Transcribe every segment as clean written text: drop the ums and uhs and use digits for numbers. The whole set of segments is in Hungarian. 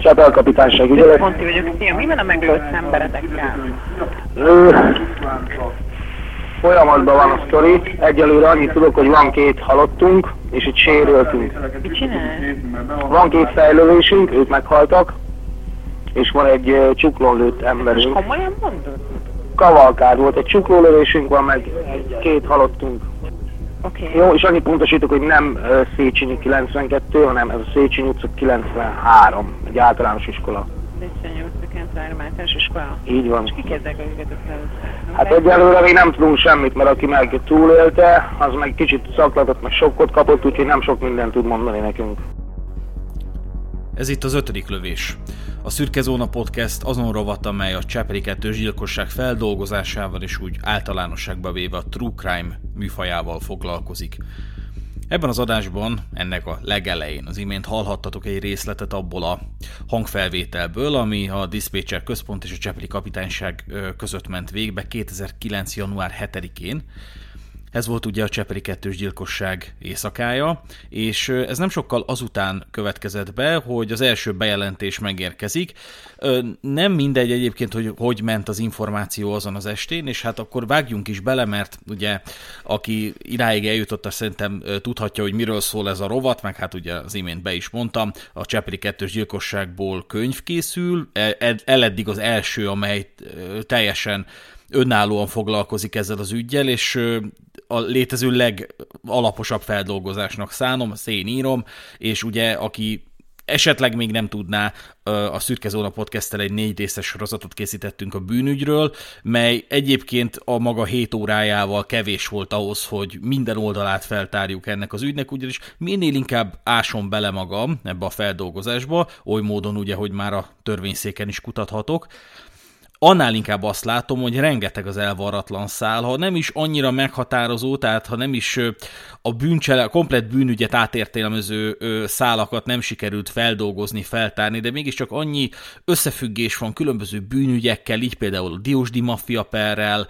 Csapelkapitányság ügyelet. Ponti vagyok, szia, mi van a megölt emberetekkel? Folyamatban van a sztori. Egyelőre annyit tudok, hogy van 2 halottunk, és egy sérültünk. Mit csinál? Van 2 fejlődésünk, ők meghaltak, és van egy csuklón lőtt emberünk. Komolyan mondod? Kavalkád volt, egy csuklólövésünk van, meg 2 halottunk. Oké. Jó, és annyit pontosítok, hogy nem Széchenyi 92, hanem ez a Széchenyi utca 93, egy általános iskola. Széchenyi utca 93 általános iskola? Így van. És kik ezek, akiket Hát egyelőre még nem tudunk semmit, mert aki meg túlélte, az meg kicsit szaklatot, meg sokkot kapott, úgyhogy nem sok mindent tud mondani nekünk. Ez itt az 5. lövés. A Szürke Zóna Podcast azon rovat, amely a Csepeli 2-s gyilkosság feldolgozásával és úgy általánosságba véve a True Crime műfajával foglalkozik. Ebben az adásban, ennek a legelején az imént hallhattatok egy részletet abból a hangfelvételből, ami a Diszpécser Központ és a Csepeli Kapitányság között ment végbe 2009. január 7-én. Ez volt ugye a Csepeli 2-s gyilkosság éjszakája, és ez nem sokkal azután következett be, hogy az első bejelentés megérkezik. Nem mindegy egyébként, hogy ment az információ azon az estén, és hát akkor vágjunk is bele, mert ugye aki idáig eljutott, azt szerintem tudhatja, hogy miről szól ez a rovat, meg hát ugye az imént be is mondtam, a Csepeli 2-s gyilkosságból könyv készül, eddig az első, amely teljesen önállóan foglalkozik ezzel az üggyel, és a létező legalaposabb feldolgozásnak szánom, azt én írom, és ugye aki esetleg még nem tudná, a Szürke Zóna Podcast-tel egy 4 részes sorozatot készítettünk a bűnügyről, mely egyébként a maga 7 órájával kevés volt ahhoz, hogy minden oldalát feltárjuk ennek az ügynek, ugyanis minél inkább ásom bele magam ebbe a feldolgozásba, oly módon ugye, hogy már a törvényszéken is kutathatok, annál inkább azt látom, hogy rengeteg az elvarratlan szál, ha nem is annyira meghatározó, tehát ha nem is a komplett bűnügyet átértelmező szálakat nem sikerült feldolgozni, feltárni, de mégiscsak annyi összefüggés van különböző bűnügyekkel, így például a Diósdi maffia perrel,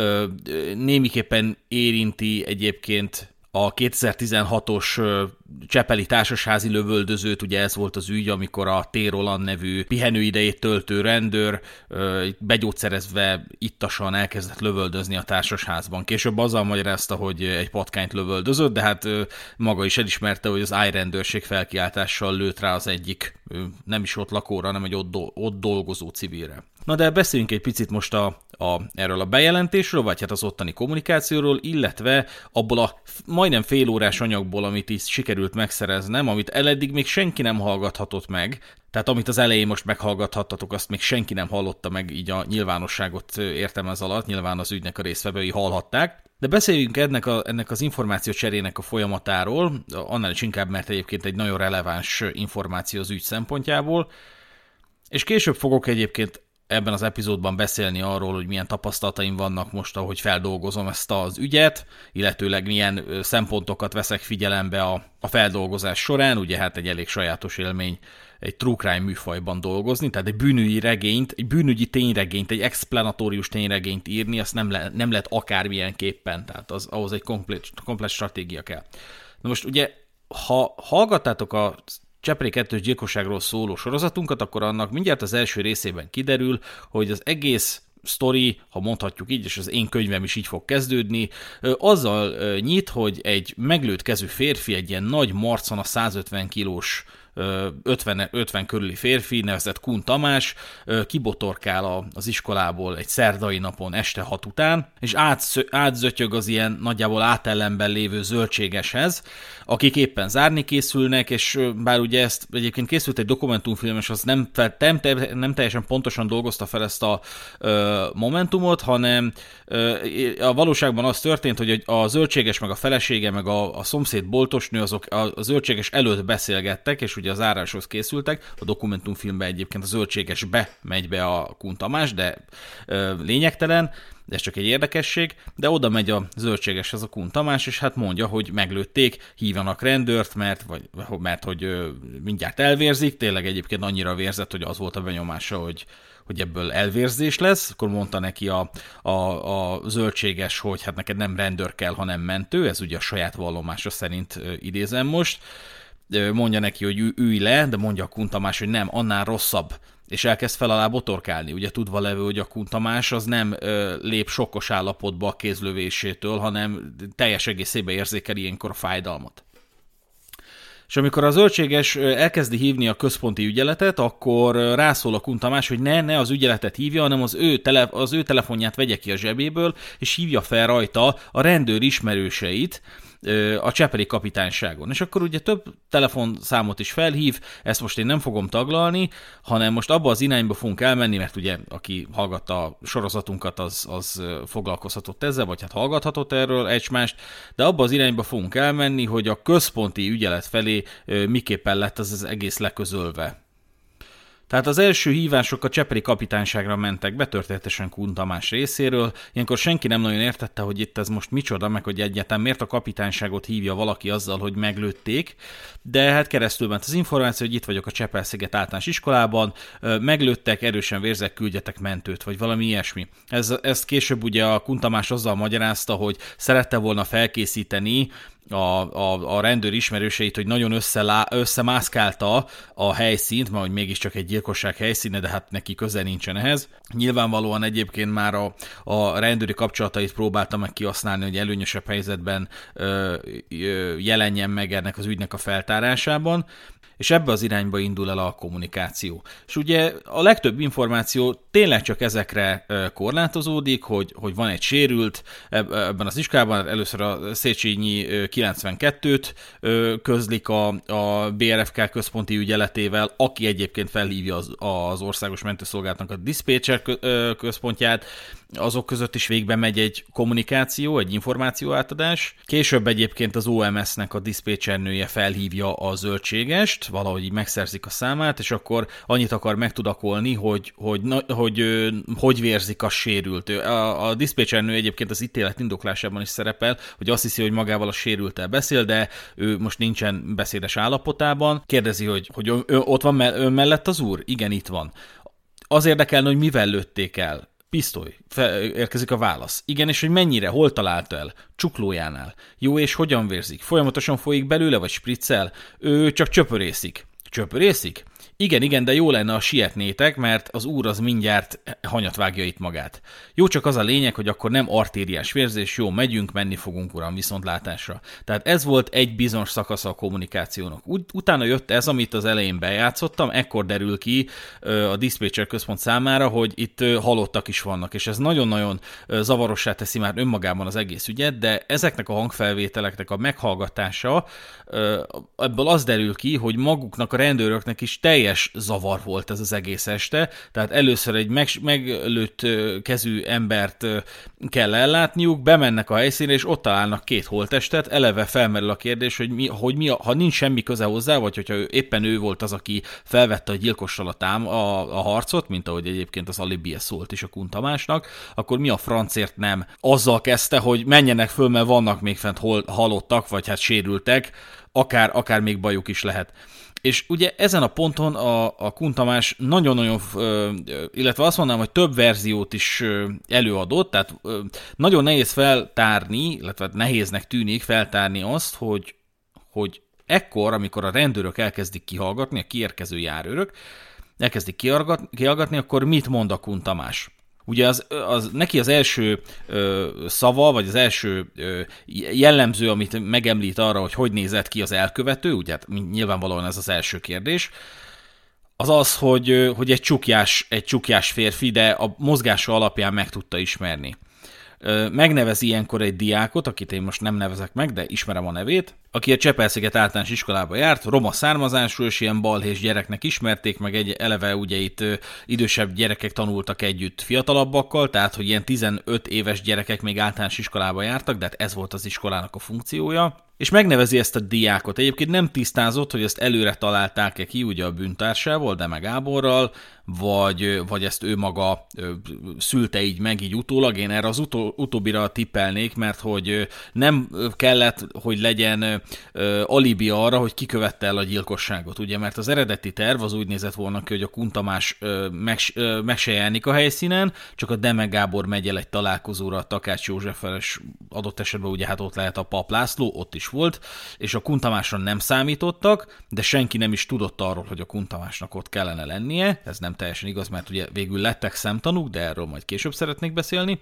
némiképpen érinti egyébként a 2016-os csepeli társasházi lövöldözőt, ugye ez volt az ügy, amikor a T. Roland nevű pihenőidejét töltő rendőr begyógyszerezve ittasan elkezdett lövöldözni a társasházban. Később azzal magyarázta, hogy egy patkányt lövöldözött, de hát maga is elismerte, hogy az állrendőrség felkiáltással lőtt rá az egyik nem is ott lakóra, hanem egy ott dolgozó civilre. Na de beszéljünk egy picit most erről a bejelentésről, vagy hát az ottani kommunikációról, illetve abból a majdnem félórás anyagból, amit is sikerült megszereznem, amit eddig még senki nem hallgathatott meg, tehát amit az elején most meghallgathattatok, azt még senki nem hallotta meg, így a nyilvánosságot értem ez alatt, nyilván az ügynek a résztvevői hallhatták. De beszéljünk ennek az információ cserének a folyamatáról, annál is inkább, mert egyébként egy nagyon releváns információ az ügy szempontjából, és később fogok egyébként ebben az epizódban beszélni arról, hogy milyen tapasztalataim vannak most, ahogy feldolgozom ezt az ügyet, illetőleg milyen szempontokat veszek figyelembe a feldolgozás során. Ugye hát egy elég sajátos élmény egy true crime műfajban dolgozni, tehát egy bűnügyi tényregényt, egy explanatórius tényregényt írni, azt nem lehet akármilyen képpen, tehát ahhoz egy komplet stratégia kell. Na most ugye, ha hallgattátok a Csepeli 2-s gyilkosságról szóló sorozatunkat, akkor annak mindjárt az első részében kiderül, hogy az egész sztori, ha mondhatjuk így, és az én könyvem is így fog kezdődni, azzal nyit, hogy egy meglőtt kezű férfi, egy ilyen nagy marcana 150 kilós 50 körüli férfi, nevezett Kun Tamás, kibotorkál az iskolából egy szerdai napon este 6 után, és átzötyög az ilyen nagyjából átellenben lévő zöldségeshez, akik éppen zárni készülnek, és bár ugye ezt egyébként készült egy dokumentumfilm, és az nem teljesen pontosan dolgozta fel ezt a momentumot, hanem a valóságban az történt, hogy a zöldséges, meg a felesége, meg a szomszéd boltosnő, azok a zöldséges előtt beszélgettek, és ugye a záráshoz készültek. A dokumentumfilmben egyébként a zöldséges megy be a Kun Tamás, de lényegtelen, de ez csak egy érdekesség, de oda megy a zöldségeshez a Kun Tamás, és hát mondja, hogy meglőtték, hívjanak rendőrt, mert hogy mindjárt elvérzik, tényleg egyébként annyira vérzett, hogy az volt a benyomása, hogy ebből elvérzés lesz, akkor mondta neki a zöldséges, hogy hát neked nem rendőr kell, hanem mentő, ez ugye a saját vallomása szerint idézem most, mondja neki, hogy ülj le, de mondja a Kun Tamás, hogy nem, annál rosszabb. És elkezd fel alá botorkálni, ugye tudva levő, hogy a Kun Tamás az nem lép sokkos állapotba a kézlövésétől, hanem teljes egészében érzékeli ilyenkor a fájdalmat. És amikor a zöldséges elkezdi hívni a központi ügyeletet, akkor rászól a Kun Tamás, hogy ne az ügyeletet hívja, hanem az ő telefonját vegye ki a zsebéből, és hívja fel rajta a rendőr ismerőseit a csepeli kapitányságon. És akkor ugye több telefonszámot is felhív, ezt most én nem fogom taglalni, hanem most abba az irányba fogunk elmenni, mert ugye aki hallgatta a sorozatunkat, az foglalkozhatott ezzel, vagy hát hallgathatott erről egymást, de abba az irányba fogunk elmenni, hogy a központi ügyelet felé miképpen lett az egész leközölve. Tehát az első hívások a csepeli kapitányságra mentek be, történetesen Kun Tamás részéről. Ilyenkor senki nem nagyon értette, hogy itt ez most micsoda, meg hogy egyáltalán miért a kapitányságot hívja valaki azzal, hogy meglőtték. De hát keresztül ment az információ, hogy itt vagyok a Csepel-sziget általános iskolában, meglőttek, erősen vérzek, küldjetek mentőt, vagy valami ilyesmi. Ezt később ugye a Kun Tamás azzal magyarázta, hogy szerette volna felkészíteni a rendőr ismerőseit, hogy nagyon összemászkálta a helyszínt, mert hogy mégiscsak egy gyilkosság helyszíne, de hát neki köze nincsen ehhez. Nyilvánvalóan egyébként már a rendőri kapcsolatait próbálta meg kihasználni, hogy előnyösebb helyzetben jelenjen meg ennek az ügynek a feltárásában, és ebbe az irányba indul el a kommunikáció. És ugye a legtöbb információ tényleg csak ezekre korlátozódik, hogy van egy sérült ebben az iskolában, először a Széchenyi 92-t közlik a BRFK központi ügyeletével, aki egyébként felhívja az Országos Mentőszolgálatnak a diszpécser központját, azok között is végbe megy egy kommunikáció, egy információátadás. Később egyébként az OMS-nek a diszpécsernője felhívja a zöldségest, valahogy így megszerzik a számát, és akkor annyit akar megtudakolni, hogy vérzik a sérült. A diszpécsernő egyébként az ítélet indoklásában is szerepel, hogy azt hiszi, hogy magával a sérülttel beszél, de ő most nincsen beszédes állapotában. Kérdezi, hogy ott van ön mellett az úr? Igen, itt van. Az érdekelne, hogy mivel lőtték el. Pisztoly. Érkezik a válasz. Igen, és hogy mennyire, hol találta el? Csuklójánál. Jó, és hogyan vérzik? Folyamatosan folyik belőle, vagy spriccel? Ő csak csöpörészik. Csöpörészik? Igen, de jó lenne, ha sietnétek, mert az úr az mindjárt hanyat vágja itt magát. Jó, csak az a lényeg, hogy akkor nem artériás vérzés, jó, menni fogunk, uram, viszontlátásra. Tehát ez volt egy bizonyos szakasza a kommunikációnak. Utána jött ez, amit az elején bejátszottam, ekkor derül ki a diszpécser központ számára, hogy itt halottak is vannak, és ez nagyon-nagyon zavarossá teszi már önmagában az egész ügyet, de ezeknek a hangfelvételeknek a meghallgatása, ebből az derül ki, hogy maguknak a rendőröknek is teljes zavar volt ez az egész este, tehát először egy meglőtt kezű embert kell ellátniuk, bemennek a helyszínre, és ott találnak két holttestet, eleve felmerül a kérdés, hogy ha nincs semmi köze hozzá, vagy hogyha éppen ő volt az, aki felvette a gyilkossal a harcot, mint ahogy egyébként az alibije szólt is a Kun Tamásnak, akkor mi a francért nem azzal kezdte, hogy menjenek föl, mert vannak még fent halottak, vagy hát sérültek, akár még bajuk is lehet. És ugye ezen a ponton a Kun Tamás nagyon-nagyon, illetve azt mondanám, hogy több verziót is előadott, tehát nagyon nehéz feltárni, illetve nehéznek tűnik feltárni azt, hogy ekkor, amikor a rendőrök elkezdik kihallgatni, a kiérkező járőrök elkezdik kihallgatni, akkor mit mond a Kun Tamás? Ugye neki az első szava, vagy az első jellemző, amit megemlít arra, hogy nézett ki az elkövető, ugye hát nyilvánvalóan ez az első kérdés, az, hogy egy csukjás férfi, de a mozgása alapján meg tudta ismerni. Megnevez ilyenkor egy diákot, akit én most nem nevezek meg, de ismerem a nevét, aki a Csepel-sziget általános iskolába járt, roma származású, és ilyen balhés gyereknek ismerték, meg eleve ugye itt idősebb gyerekek tanultak együtt fiatalabbakkal, tehát hogy ilyen 15 éves gyerekek még általános iskolába jártak, de hát ez volt az iskolának a funkciója. És megnevezi ezt a diákot. Egyébként nem tisztázott, hogy ezt előre találták-e ki ugye a bűntársával, de meg Gáborral, vagy ezt ő maga szülte így meg, így utólag. Én erre az utóbbira tippelnék, mert hogy nem kellett, hogy legyen alibi arra, hogy ki követte el a gyilkosságot, ugye, mert az eredeti terv az úgy nézett volna ki, hogy a Kun Tamás meg se jelenik a helyszínen, csak a Deme Gábor megy el egy találkozóra a Takács Józseffel, és adott esetben ugye hát ott lehet a Pap László, ott is volt, és a Kun Tamásra nem számítottak, de senki nem is tudott arról, hogy a Kun Tamásnak ott kellene lennie. Ez nem teljesen igaz, mert ugye végül lettek szemtanúk, de erről majd később szeretnék beszélni.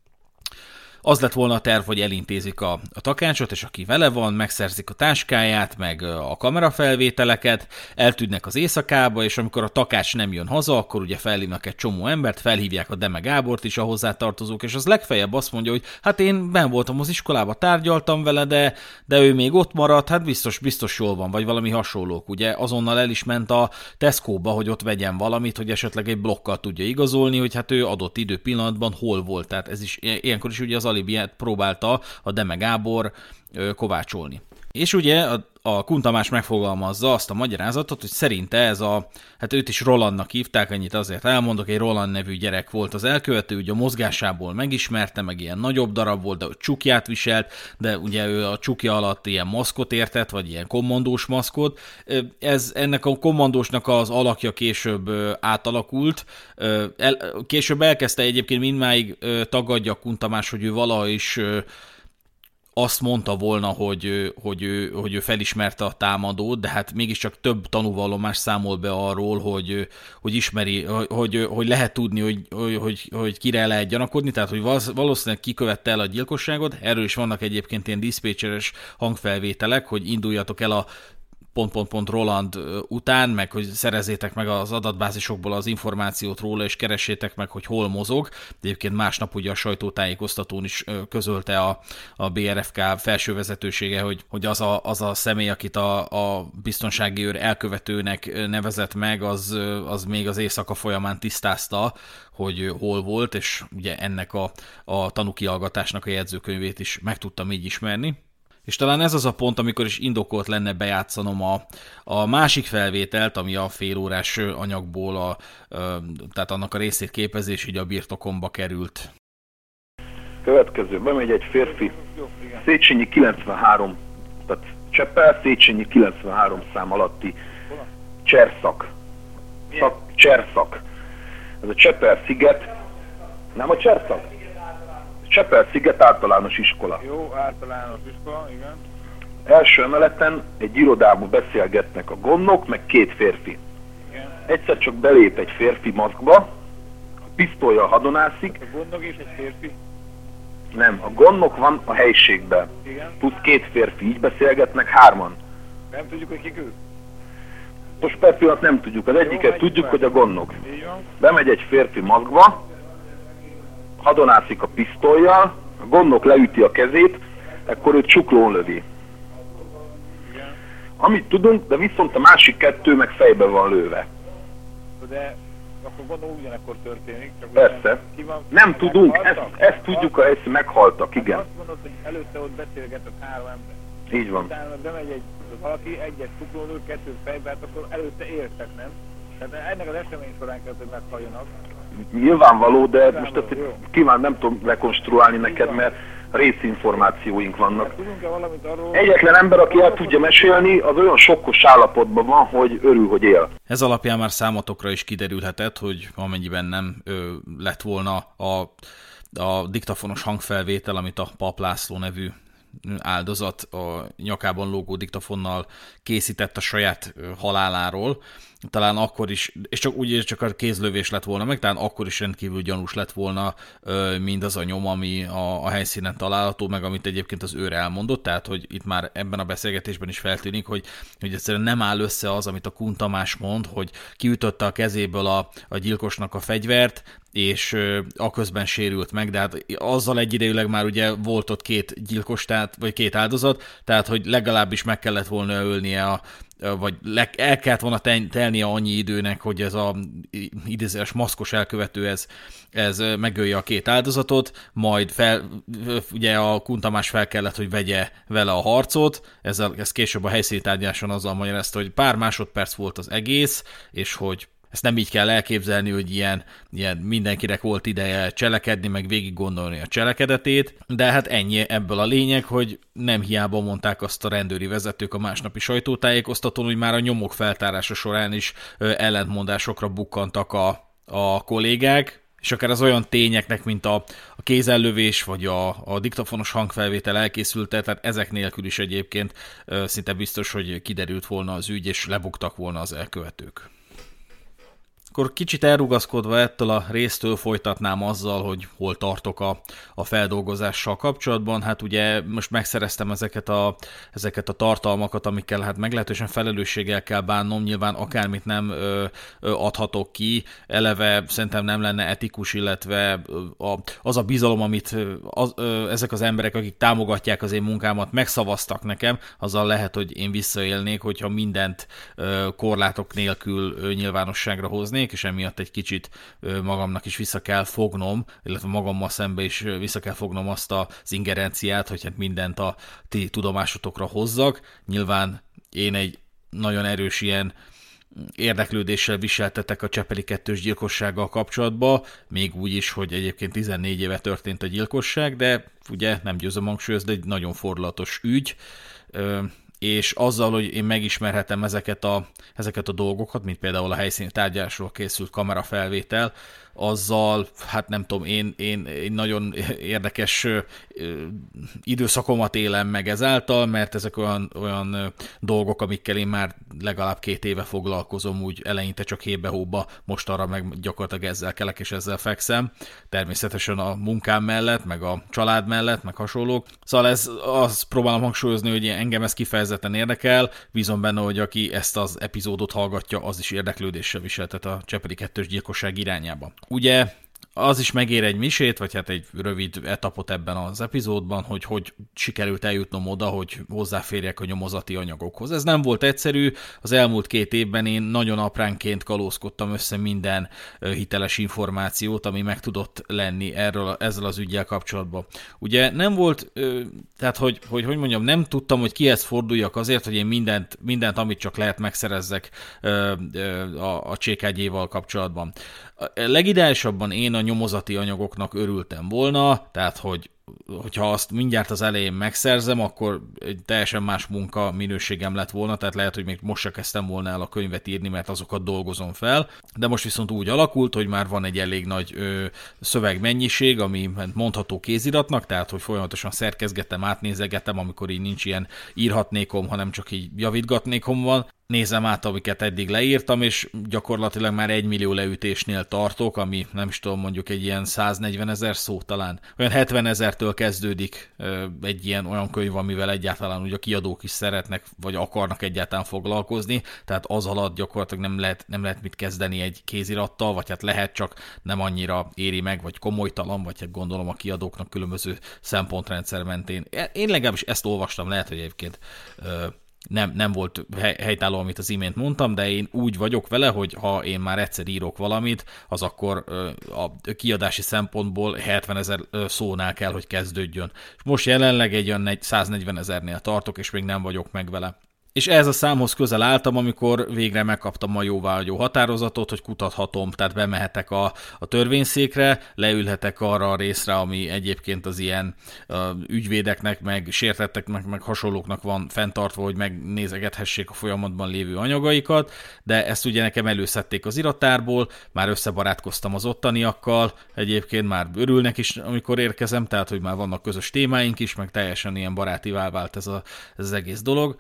Az lett volna a terv, hogy elintézik a Takácsot, és aki vele van, megszerzik a táskáját, meg a kamerafelvételeket, eltűnnek az éjszakába, és amikor a Takács nem jön haza, akkor ugye felhívnak egy csomó embert, felhívják a Deme Gábort is, a hozzátartozók, és az legfeljebb azt mondja, hogy hát én benn voltam az iskolába, tárgyaltam vele, de ő még ott maradt, hát biztos jól van, vagy valami hasonlók, ugye azonnal el is ment a Tesco-ba, hogy ott vegyen valamit, hogy esetleg egy blokkal tudja igazolni, hogy hát ő adott időpillanatban hol volt, tehát ez is, ilyenkor is ugye az alibiát próbálta a Deme Gábor kovácsolni. És ugye a Kun Tamás megfogalmazza azt a magyarázatot, hogy szerinte hát őt is Rolandnak hívták, ennyit azért elmondok, egy Roland nevű gyerek volt az elkövető, ugye a mozgásából megismerte, meg ilyen nagyobb darab volt, de csukját viselt, de ugye ő a csukja alatt ilyen maszkot értett, vagy ilyen kommandós maszkot. Ennek a kommandósnak az alakja később átalakult, később elkezdte egyébként mindmáig tagadja a Kun Tamás, hogy ő valaha is azt mondta volna, hogy ő felismerte a támadót, de hát mégiscsak több tanúvallomás számol be arról, hogy ismeri, hogy lehet tudni, hogy kire lehet gyanakodni, tehát hogy valószínűleg kikövette el a gyilkosságot. Erről is vannak egyébként ilyen diszpécseres hangfelvételek, hogy induljatok el a Roland után, meg hogy szerezzétek meg az adatbázisokból az információt róla, és keressétek meg, hogy hol mozog. Egyébként másnap ugye a sajtótájékoztatón is közölte a BRFK felső vezetősége, hogy az a személy, akit a biztonsági őr elkövetőnek nevezett meg, az még az éjszaka folyamán tisztázta, hogy hol volt, és ugye ennek a tanúkihallgatásnak a jegyzőkönyvét is meg tudtam így ismerni. És talán ez az a pont, amikor is indokolt lenne bejátszanom a másik felvételt, ami a félórás anyagból, tehát annak a részét képezi, és így a birtokomba került. Következő, bemegy egy férfi, Széchenyi 93, tehát Csepel, Széchenyi 93 szám alatti Cserszak. Cserszak. Ez a Csepel-sziget, nem a Cserszak? Csepel-sziget általános iskola. Jó, általános iskola, igen. Első emeleten egy irodában beszélgetnek a gondnok, meg két férfi. Igen. Egyszer csak belép egy férfi maszkba, a pisztollyal hadonászik. A gondnok és egy férfi? Nem, a gondnok van a helyiségben. Igen. Plusz két férfi, így beszélgetnek hárman. Nem tudjuk, hogy kik ők? Most per pillanat nem tudjuk, az egyiket tudjuk, hogy a gondnok. Így van. Bemegy egy férfi maszkba, hadonászik a pisztollyal, a gondnok leüti a kezét, akkor őt csuklón lövi. Igen. Amit tudunk, de viszont a másik kettő meg fejbe van lőve. De akkor gondolom ugyanekkor történik. Csak Persze. Nem tudunk, ezt tudjuk, ha ezt meghaltak, igen. Azt mondod, hogy előtte ott beszélgetett három ember. Így van. Utána bemegy valaki, egyet csuklón lő, kettőt fejbe, hát akkor előtte éltek, nem? Tehát ennek az esemény során kell, hogy meghalljanak. Nyilvánvaló, de most ezt nem tudom rekonstruálni neked, mert részinformációink vannak. Tudunk-e valamit arról? Egyetlen ember, aki el tudja mesélni, az olyan sokkos állapotban van, hogy örül, hogy él. Ez alapján már számotokra is kiderülhetett, hogy amennyiben nem lett volna a diktafonos hangfelvétel, amit a Pap László nevű áldozat a nyakában lógó diktafonnal készített a saját haláláról, talán akkor is, és csak a kézlövés lett volna meg, talán akkor is rendkívül gyanús lett volna mindaz a nyom, ami a helyszínen található, meg amit egyébként az őr elmondott, tehát hogy itt már ebben a beszélgetésben is feltűnik, hogy egyszerűen nem áll össze az, amit a Kun Tamás mond, hogy kiütötte a kezéből a gyilkosnak a fegyvert, és aközben sérült meg, de hát azzal egyidejűleg már ugye volt ott két gyilkos, vagy két áldozat, tehát hogy legalábbis meg kellett volna ölnie vagy el kellett volna telnie annyi időnek, hogy ez a idézőes maszkos elkövető ez megölje a két áldozatot, majd ugye a Kun Tamás fel kellett, hogy vegye vele a harcot, ez később a helyszíni tárgyaláson azzal magyarázta, hogy pár másodperc volt az egész, és hogy ezt nem így kell elképzelni, hogy ilyen mindenkinek volt ideje cselekedni, meg végig gondolni a cselekedetét, de hát ennyi ebből a lényeg, hogy nem hiába mondták azt a rendőri vezetők a másnapi sajtótájékoztatón, hogy már a nyomok feltárása során is ellentmondásokra bukkantak a kollégák, és akár az olyan tényeknek, mint a kézellövés, vagy a diktafonos hangfelvétel elkészülte, tehát ezek nélkül is egyébként szinte biztos, hogy kiderült volna az ügy, és lebuktak volna az elkövetők. Akkor kicsit elrugaszkodva ettől a résztől folytatnám azzal, hogy hol tartok a feldolgozással kapcsolatban. Hát ugye most megszereztem ezeket a tartalmakat, amikkel hát meglehetősen felelősséggel kell bánnom, nyilván akármit nem adhatok ki, eleve szerintem nem lenne etikus, illetve az a bizalom, amit ezek az emberek, akik támogatják az én munkámat, megszavaztak nekem, azzal lehet, hogy én visszaélnék, hogyha mindent korlátok nélkül nyilvánosságra hoznék, és emiatt egy kicsit magamnak is vissza kell fognom, illetve magammal szembe is vissza kell fognom azt az ingerenciát, hogy hát mindent a ti tudomásotokra hozzak. Nyilván én egy nagyon erős ilyen érdeklődéssel viseltetek a Csepeli 2-s gyilkossággal kapcsolatban, még úgy is, hogy egyébként 14 éve történt a gyilkosság, de ugye nem győzöm hangsúlyozni, egy nagyon fordulatos ügy, és azzal, hogy én megismerhetem ezeket a dolgokat, mint például a helyszíni tárgyalásról készült kamerafelvétel, azzal, hát nem tudom, én nagyon érdekes időszakomat élem meg ezáltal, mert ezek olyan dolgok, amikkel én már legalább 2 éve foglalkozom, úgy eleinte csak hébe-hóba, most arra meg gyakorlatilag ezzel kelek és ezzel fekszem. Természetesen a munkám mellett, meg a család mellett, meg hasonlók. Szóval azt próbálom hangsúlyozni, hogy engem ez kifejezetten érdekel, bízom benne, hogy aki ezt az epizódot hallgatja, az is érdeklődéssel viseltet a Csepeli 2-s gyilkosság irányába. Ugye az is megér egy misét, vagy hát egy rövid etapot ebben az epizódban, hogy sikerült eljutnom oda, hogy hozzáférjek a nyomozati anyagokhoz. Ez nem volt egyszerű, az elmúlt 2 évben én nagyon apránként kalózkodtam össze minden hiteles információt, ami meg tudott lenni ezzel az üggyel kapcsolatban. Ugye nem volt, tehát hogy mondjam, nem tudtam, hogy kihez forduljak azért, hogy én mindent, amit csak lehet megszerezzek a CKG-val kapcsolatban. Legideálisabban én a nyomozati anyagoknak örültem volna, tehát hogyha azt mindjárt az elején megszerzem, akkor egy teljesen más munka minőségem lett volna, tehát lehet, hogy még most se kezdtem volna el a könyvet írni, mert azokat dolgozom fel, de most viszont úgy alakult, hogy már van egy elég nagy szövegmennyiség, ami mondható kéziratnak, tehát hogy folyamatosan szerkezgetem, átnézegetem, amikor így nincs ilyen írhatnékom, hanem csak így javítgatnékom van. Nézem át, amiket eddig leírtam, és gyakorlatilag már 1 millió leütésnél tartok, ami nem is tudom, mondjuk egy ilyen 140 000 szó talán. Olyan 70 000-től kezdődik egy ilyen olyan könyv, amivel egyáltalán ugye a kiadók is szeretnek, vagy akarnak egyáltalán foglalkozni, tehát az alatt gyakorlatilag nem lehet mit kezdeni egy kézirattal, vagy hát lehet, csak nem annyira éri meg, vagy komolytalan, vagy hát gondolom a kiadóknak különböző szempontrendszer mentén. Én legalábbis ezt olvastam, lehet, hogy egyébként nem volt helytálló, amit az imént mondtam, de én úgy vagyok vele, hogy ha én már egyszer írok valamit, az akkor a kiadási szempontból 70 000 szónál kell, hogy kezdődjön. És most jelenleg egy olyan 140 000-nél tartok, és még nem vagyok meg vele. És ehhez a számhoz közel álltam, amikor végre megkaptam a jóváhagyó határozatot, hogy kutathatom, tehát bemehetek a törvényszékre, leülhetek arra a részre, ami egyébként az ilyen ügyvédeknek, meg sértetteknek, meg hasonlóknak van fenntartva, hogy megnézegethessék a folyamatban lévő anyagaikat, de ezt ugye nekem előszedték az iratárból, már összebarátkoztam az ottaniakkal, egyébként már örülnek is, amikor érkezem, tehát hogy már vannak közös témáink is, meg teljesen ilyen barátivá vált ez az egész dolog.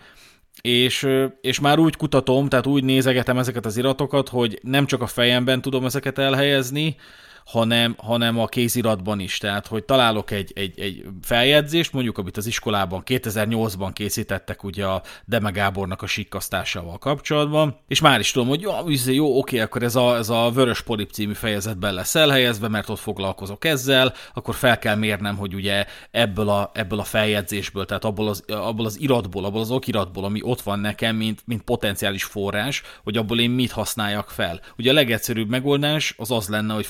És már úgy kutatom, tehát úgy nézegetem ezeket az iratokat, hogy nem csak a fejemben tudom ezeket elhelyezni, hanem a kéziratban is. Tehát, hogy találok egy feljegyzést, mondjuk, amit az iskolában 2008-ban készítettek ugye a Deme Gábornak a sikkasztásával kapcsolatban, és már is tudom, hogy jó, oké, akkor ez a Vörös Polip című fejezetben lesz elhelyezve, mert ott foglalkozok ezzel, akkor fel kell mérnem, hogy ugye ebből a feljegyzésből, tehát abból az iratból, abból az okiratból, ami ott van nekem, mint potenciális forrás, hogy abból én mit használjak fel. Ugye a legegyszerűbb megoldás az lenne, hogy fognám, és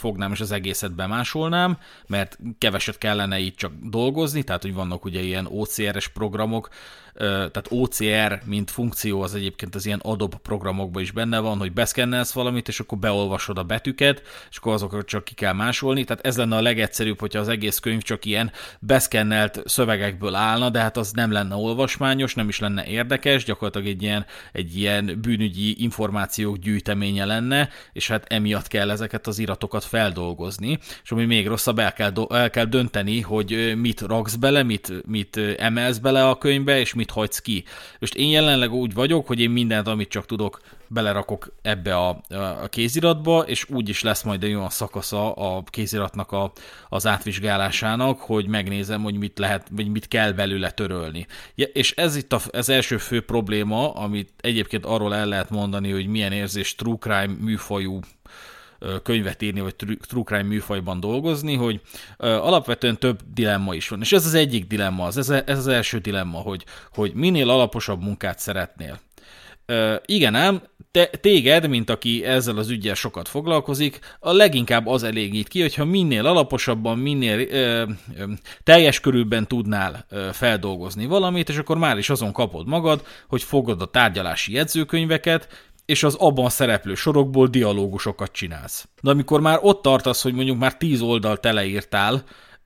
az egészet bemásolnám, mert keveset kellene itt csak dolgozni, tehát hogy vannak ugye ilyen OCR-es programok, tehát OCR, mint funkció, az egyébként az ilyen Adobe programokban is benne van, hogy beszkennelsz valamit, és akkor beolvasod a betűket, és akkor azokat csak ki kell másolni. Tehát ez lenne a legegyszerűbb, hogyha az egész könyv csak ilyen beszkennelt szövegekből állna, de hát az nem lenne olvasmányos, nem is lenne érdekes, gyakorlatilag egy ilyen bűnügyi információk gyűjteménye lenne, és hát emiatt kell ezeket az iratokat feldolgozni, és ami még rosszabb, el kell dönteni, hogy mit raksz bele, mit emelsz bele a könyvbe, és mit hagysz ki. Most én jelenleg úgy vagyok, hogy én mindent, amit csak tudok, belerakok ebbe a kéziratba, és úgy is lesz majd egy olyan szakasza a kéziratnak az átvizsgálásának, hogy megnézem, hogy mit lehet, vagy mit kell belőle törölni. Ja, és ez itt az első fő probléma, amit egyébként arról el lehet mondani, hogy milyen érzés true crime műfajú könyvet írni, vagy true crime műfajban dolgozni, hogy alapvetően több dilemma is van. És ez az egyik dilemma, ez az első dilemma, hogy minél alaposabb munkát szeretnél. Igen ám, téged, mint aki ezzel az üggyel sokat foglalkozik, a leginkább az elégít ki, hogyha minél alaposabban, minél teljes körülben tudnál feldolgozni valamit, és akkor már is azon kapod magad, hogy fogod a tárgyalási jegyzőkönyveket, és az abban szereplő sorokból dialógusokat csinálsz. De amikor már ott tartasz, hogy mondjuk már 10 oldalt teleírtál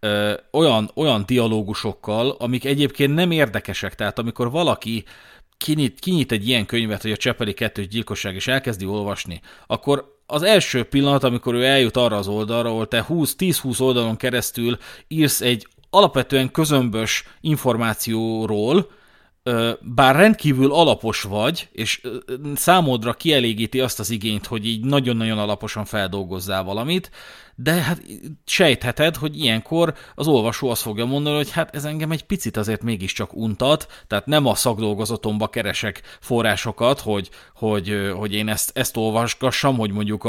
olyan dialógusokkal, amik egyébként nem érdekesek, tehát amikor valaki kinyit egy ilyen könyvet, hogy a Csepeli 2-s gyilkosság, és elkezdi olvasni, akkor az első pillanat, amikor ő eljut arra az oldalra, ahol te 10-20 oldalon keresztül írsz egy alapvetően közömbös információról, bár rendkívül alapos vagy, és számodra kielégíti azt az igényt, hogy így nagyon-nagyon alaposan feldolgozzál valamit, de hát sejtheted, hogy ilyenkor az olvasó azt fogja mondani, hogy hát ez engem egy picit azért mégiscsak untat, tehát nem a szakdolgozatomba keresek forrásokat, hogy én ezt olvasgassam, hogy mondjuk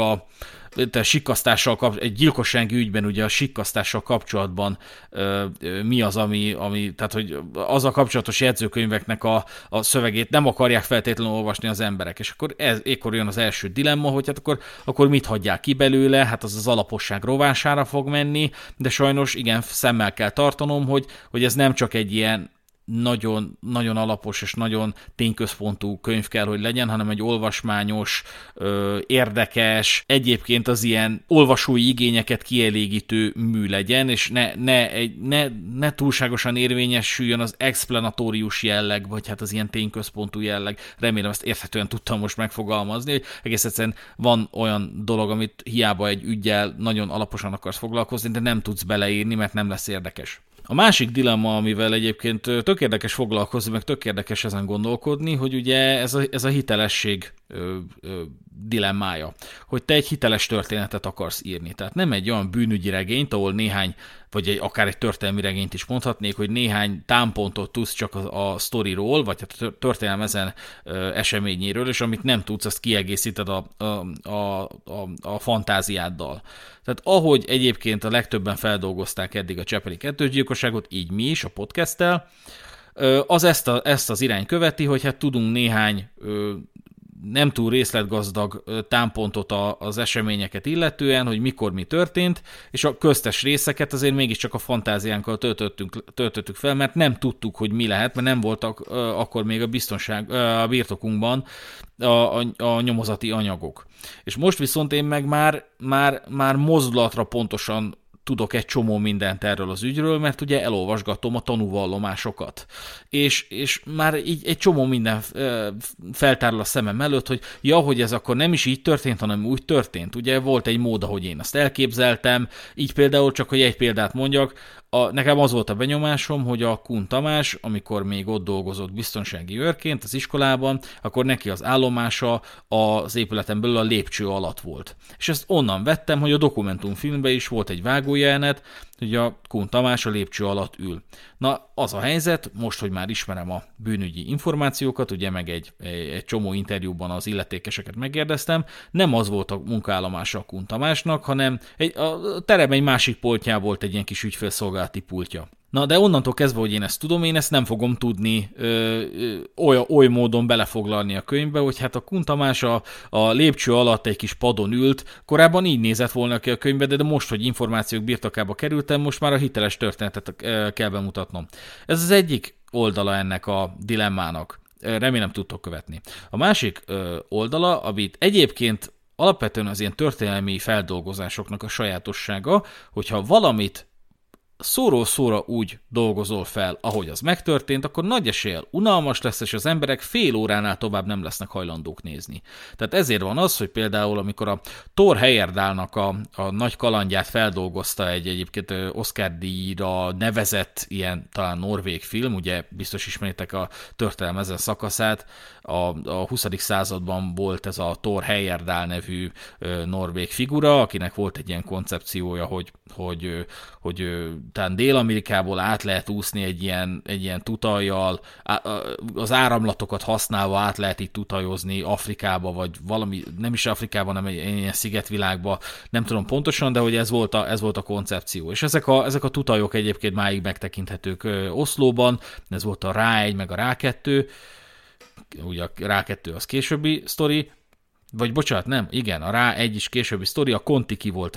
egy gyilkossági ügyben ugye a sikkasztással kapcsolatban mi az, ami tehát hogy az a kapcsolatos jegyzőkönyveknek a szövegét nem akarják feltétlenül olvasni az emberek, és akkor ekkor jön az első dilemma, hogy hát akkor mit hagyják ki belőle, hát az alaposság rovására fog menni, de sajnos igen, szemmel kell tartanom, hogy ez nem csak egy ilyen nagyon, nagyon alapos és nagyon tényközpontú könyv kell, hogy legyen, hanem egy olvasmányos, érdekes, egyébként az ilyen olvasói igényeket kielégítő mű legyen, és ne túlságosan érvényesüljön az explanatórius jelleg, vagy hát az ilyen tényközpontú jelleg. Remélem, ezt érthetően tudtam most megfogalmazni, hogy egész egyszerűen van olyan dolog, amit hiába egy üggyel nagyon alaposan akarsz foglalkozni, de nem tudsz beleírni, mert nem lesz érdekes. A másik dilemma, amivel egyébként tök érdekes foglalkozni, meg tök érdekes ezen gondolkodni, hogy ugye ez a hitelesség dilemmája, hogy te egy hiteles történetet akarsz írni. Tehát nem egy olyan bűnügyi regényt, ahol vagy akár egy történelmi regényt is mondhatnék, hogy néhány támpontot tudsz csak a sztoriról, vagy a történelem ezen eseményéről, és amit nem tudsz, azt kiegészíted a fantáziáddal. Tehát ahogy egyébként a legtöbben feldolgozták eddig a Csepeli 2-s gyilkosságot, így mi is a podcasttel, az ezt az irány követi, hogy hát tudunk néhány nem túl részletgazdag támpontot az eseményeket illetően, hogy mikor mi történt, és a köztes részeket azért mégiscsak a fantáziánkkal töltöttük fel, mert nem tudtuk, hogy mi lehet, mert nem voltak akkor még a birtokunkban a nyomozati anyagok. És most viszont én meg már mozdulatra pontosan tudok egy csomó mindent erről az ügyről, mert ugye elolvasgatom a tanúvallomásokat. És már így egy csomó minden feltárul a szemem előtt, hogy ez akkor nem is így történt, hanem úgy történt. Ugye volt egy mód, ahogy én azt elképzeltem, így például csak, hogy egy példát mondjak, nekem az volt a benyomásom, hogy a Kun Tamás, amikor még ott dolgozott biztonsági őrként az iskolában, akkor neki az állomása az épületen belül a lépcső alatt volt. És ezt onnan vettem, hogy a dokumentumfilmben is volt egy vágójelenet, hogy a Kun Tamás a lépcső alatt ül. Na, az a helyzet, most, hogy már ismerem a bűnügyi információkat, ugye meg egy csomó interjúban az illetékeseket megkérdeztem, nem az volt a munkaállomása a Kun Tamásnak, hanem a terem egy másik poltján volt egy ilyen kis ügyfélszolgálati pultja. Na, de onnantól kezdve, hogy én ezt tudom, én ezt nem fogom tudni oly módon belefoglalni a könyvbe, hogy hát a Kun Tamás a lépcső alatt egy kis padon ült, korábban így nézett volna ki a könyvbe, de most, hogy információk birtokába kerültem, most már a hiteles történetet kell bemutatnom. Ez az egyik oldala ennek a dilemmának. Remélem tudtok követni. A másik oldala, amit egyébként alapvetően az ilyen történelmi feldolgozásoknak a sajátossága, hogyha valamit szóról szóra úgy dolgozol fel, ahogy az megtörtént, akkor nagy eséllyel unalmas lesz, és az emberek fél óránál tovább nem lesznek hajlandók nézni. Tehát ezért van az, hogy például amikor a Thor Heyerdahlnak a nagy kalandját feldolgozta egy egyébként Oscar-díjra nevezett ilyen talán norvég film, ugye biztos ismeritek a történelem ezen szakaszát, a 20. században volt ez a Thor Heyerdahl nevű norvég figura, akinek volt egy ilyen koncepciója, hogy talán Dél-Amerikából át lehet úszni egy ilyen tutajjal, az áramlatokat használva át lehet itt tutajozni Afrikába, vagy valami, nem is Afrikában, hanem egy ilyen szigetvilágba, nem tudom pontosan, de hogy ez volt a koncepció. És ezek a tutajok egyébként máig megtekinthetők Oszlóban, ez volt a Rá 1, meg a Rá 2, ugye a Rá 2 az későbbi sztori, vagy bocsánat, nem, igen, a Rá 1 is későbbi sztori, a Kon-Tiki volt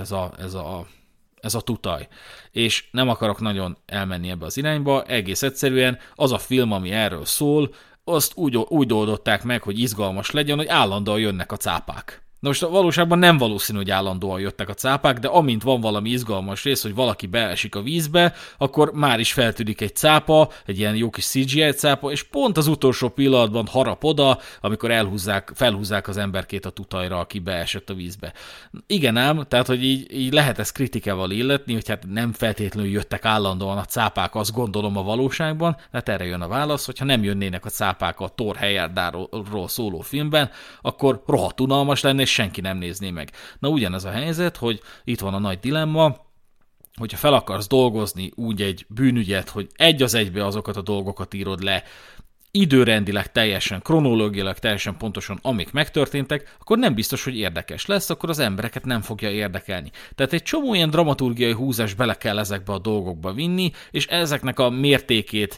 ez a tutaj. És nem akarok nagyon elmenni ebbe az irányba, egész egyszerűen az a film, ami erről szól, azt úgy oldották meg, hogy izgalmas legyen, hogy állandóan jönnek a cápák. Na most valóságban nem valószínű, hogy állandóan jöttek a cápák, de amint van valami izgalmas rész, hogy valaki beesik a vízbe, akkor már is feltűnik egy cápa, egy ilyen jó kis CGI cápa, és pont az utolsó pillanatban harap oda, amikor felhúzzák az emberkét a tutajra, aki beesett a vízbe. Igen ám, tehát, hogy így lehet ezt kritikával illetni, hogy hát nem feltétlenül jöttek állandóan a cápák, azt gondolom a valóságban, hát erre jön a válasz, hogyha nem jönnének a cápák a Thor Heyerdahlról szóló filmben, akkor rohadt unalmas lenne, és senki nem nézné meg. Na ugyanez a helyzet, hogy itt van a nagy dilemma, hogyha fel akarsz dolgozni úgy egy bűnügyet, hogy egy az egybe azokat a dolgokat írod le, időrendileg teljesen, kronológiailag teljesen pontosan, amik megtörténtek, akkor nem biztos, hogy érdekes lesz, akkor az embereket nem fogja érdekelni. Tehát egy csomó ilyen dramaturgiai húzás bele kell ezekbe a dolgokba vinni, és ezeknek a mértékét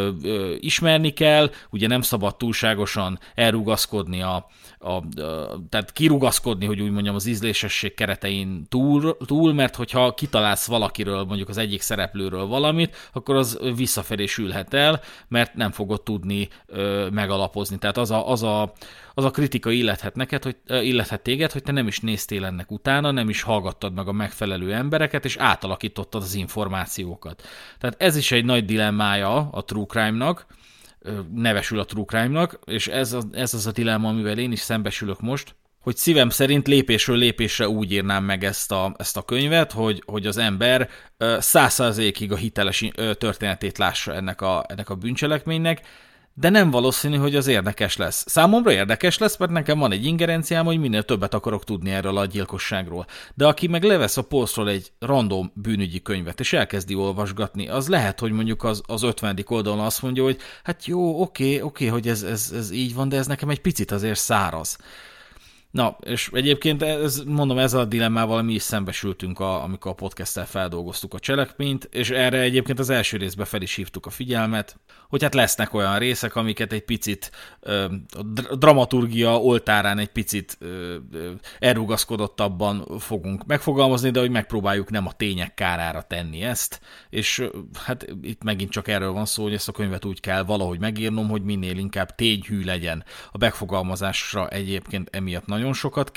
ismerni kell, ugye nem szabad túlságosan elrugaszkodni tehát kirugaszkodni, hogy úgy mondjam, az ízlésesség keretein túl, mert hogyha kitalálsz valakiről, mondjuk az egyik szereplőről valamit, akkor az visszafelé sülhet el, mert nem fogod tudni megalapozni. Tehát az a kritika illethet téged, hogy te nem is néztél ennek utána, nem is hallgattad meg a megfelelő embereket, és átalakítottad az információkat. Tehát ez is egy nagy dilemmája a true crime-nak, nevesül a true crime-nak, és ez az a dilemma, amivel én is szembesülök most, hogy szívem szerint lépésről lépésre úgy írnám meg ezt a könyvet, hogy az ember 100%-ig a hiteles történetét lássa ennek a bűncselekménynek, de nem valószínű, hogy az érdekes lesz. Számomra érdekes lesz, mert nekem van egy ingerenciám, hogy minél többet akarok tudni erről a gyilkosságról. De aki meg levesz a polcról egy random bűnügyi könyvet, és elkezdi olvasgatni, az lehet, hogy mondjuk az 50. oldalon azt mondja, hogy hát jó, oké, hogy ez így van, de ez nekem egy picit azért száraz. Na, és egyébként ezzel a dilemmával mi is szembesültünk, amikor a podcasttel feldolgoztuk a cselekményt, és erre egyébként az első részben fel is hívtuk a figyelmet, hogy hát lesznek olyan részek, amiket egy picit a dramaturgia oltárán egy picit elrugaszkodottabban fogunk megfogalmazni, de hogy megpróbáljuk nem a tények kárára tenni ezt, és hát itt megint csak erről van szó, hogy ezt a könyvet úgy kell valahogy megírnom, hogy minél inkább tényhű legyen. A megfogalmazásra egyébként emiatt nagyon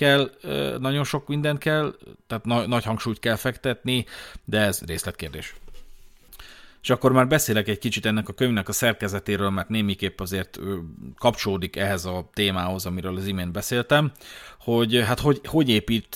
sok mindent kell, tehát nagy hangsúlyt kell fektetni, de ez részletkérdés. És akkor már beszélek egy kicsit ennek a könyvnek a szerkezetéről, mert némiképp azért kapcsolódik ehhez a témához, amiről az imént beszéltem, hogy hát hogy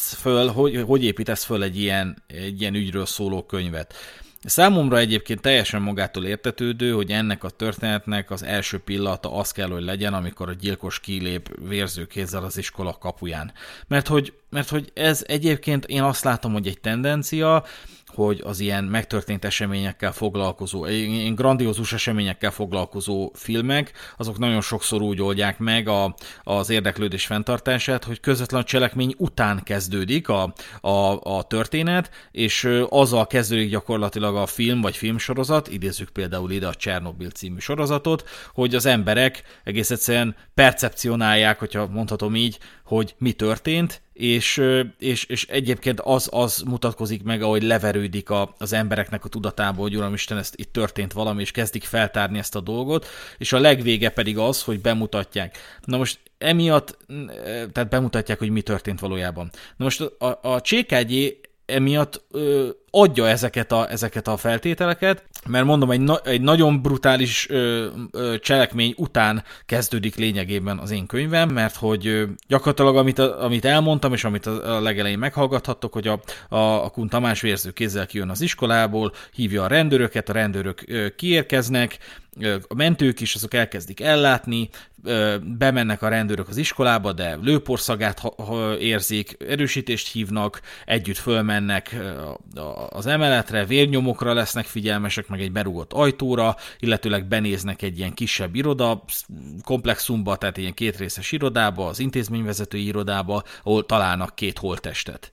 építesz föl egy ilyen ügyről szóló könyvet. Számomra egyébként teljesen magától értetődő, hogy ennek a történetnek az első pillanata az kell, hogy legyen, amikor a gyilkos kilép vérző kézzel az iskola kapuján. Mert hogy hogy ez egyébként én azt látom, hogy egy tendencia, hogy az ilyen megtörtént eseményekkel foglalkozó, ilyen grandiózus eseményekkel foglalkozó filmek, azok nagyon sokszor úgy oldják meg az érdeklődés fenntartását, hogy közvetlen cselekmény után kezdődik a történet, és azzal kezdődik gyakorlatilag a film vagy filmsorozat, idézzük például ide a Csernobil című sorozatot, hogy az emberek egész egyszerűen percepcionálják, hogyha mondhatom így, hogy mi történt, és egyébként az mutatkozik meg, ahogy leverődik az embereknek a tudatából, hogy Uramisten, itt történt valami, és kezdik feltárni ezt a dolgot, és a legvége pedig az, hogy bemutatják. Na most emiatt, tehát bemutatják, hogy mi történt valójában. Na most a CKG emiatt adja ezeket a feltételeket, mert mondom, egy nagyon brutális cselekmény után kezdődik lényegében az én könyvem, mert hogy gyakorlatilag amit elmondtam, és amit a legelején meghallgathattok, hogy a Kun Tamás vérző kézzel kijön az iskolából, hívja a rendőröket, a rendőrök kiérkeznek, a mentők is, azok elkezdik ellátni, bemennek a rendőrök az iskolába, de lőporszagát érzik, erősítést hívnak, együtt fölmennek az emeletre, vérnyomokra lesznek figyelmesek, meg egy berúgott ajtóra, illetőleg benéznek egy ilyen kisebb iroda komplexumba, tehát ilyen kétrészes irodába, az intézményvezetői irodába, ahol találnak 2 holttestet.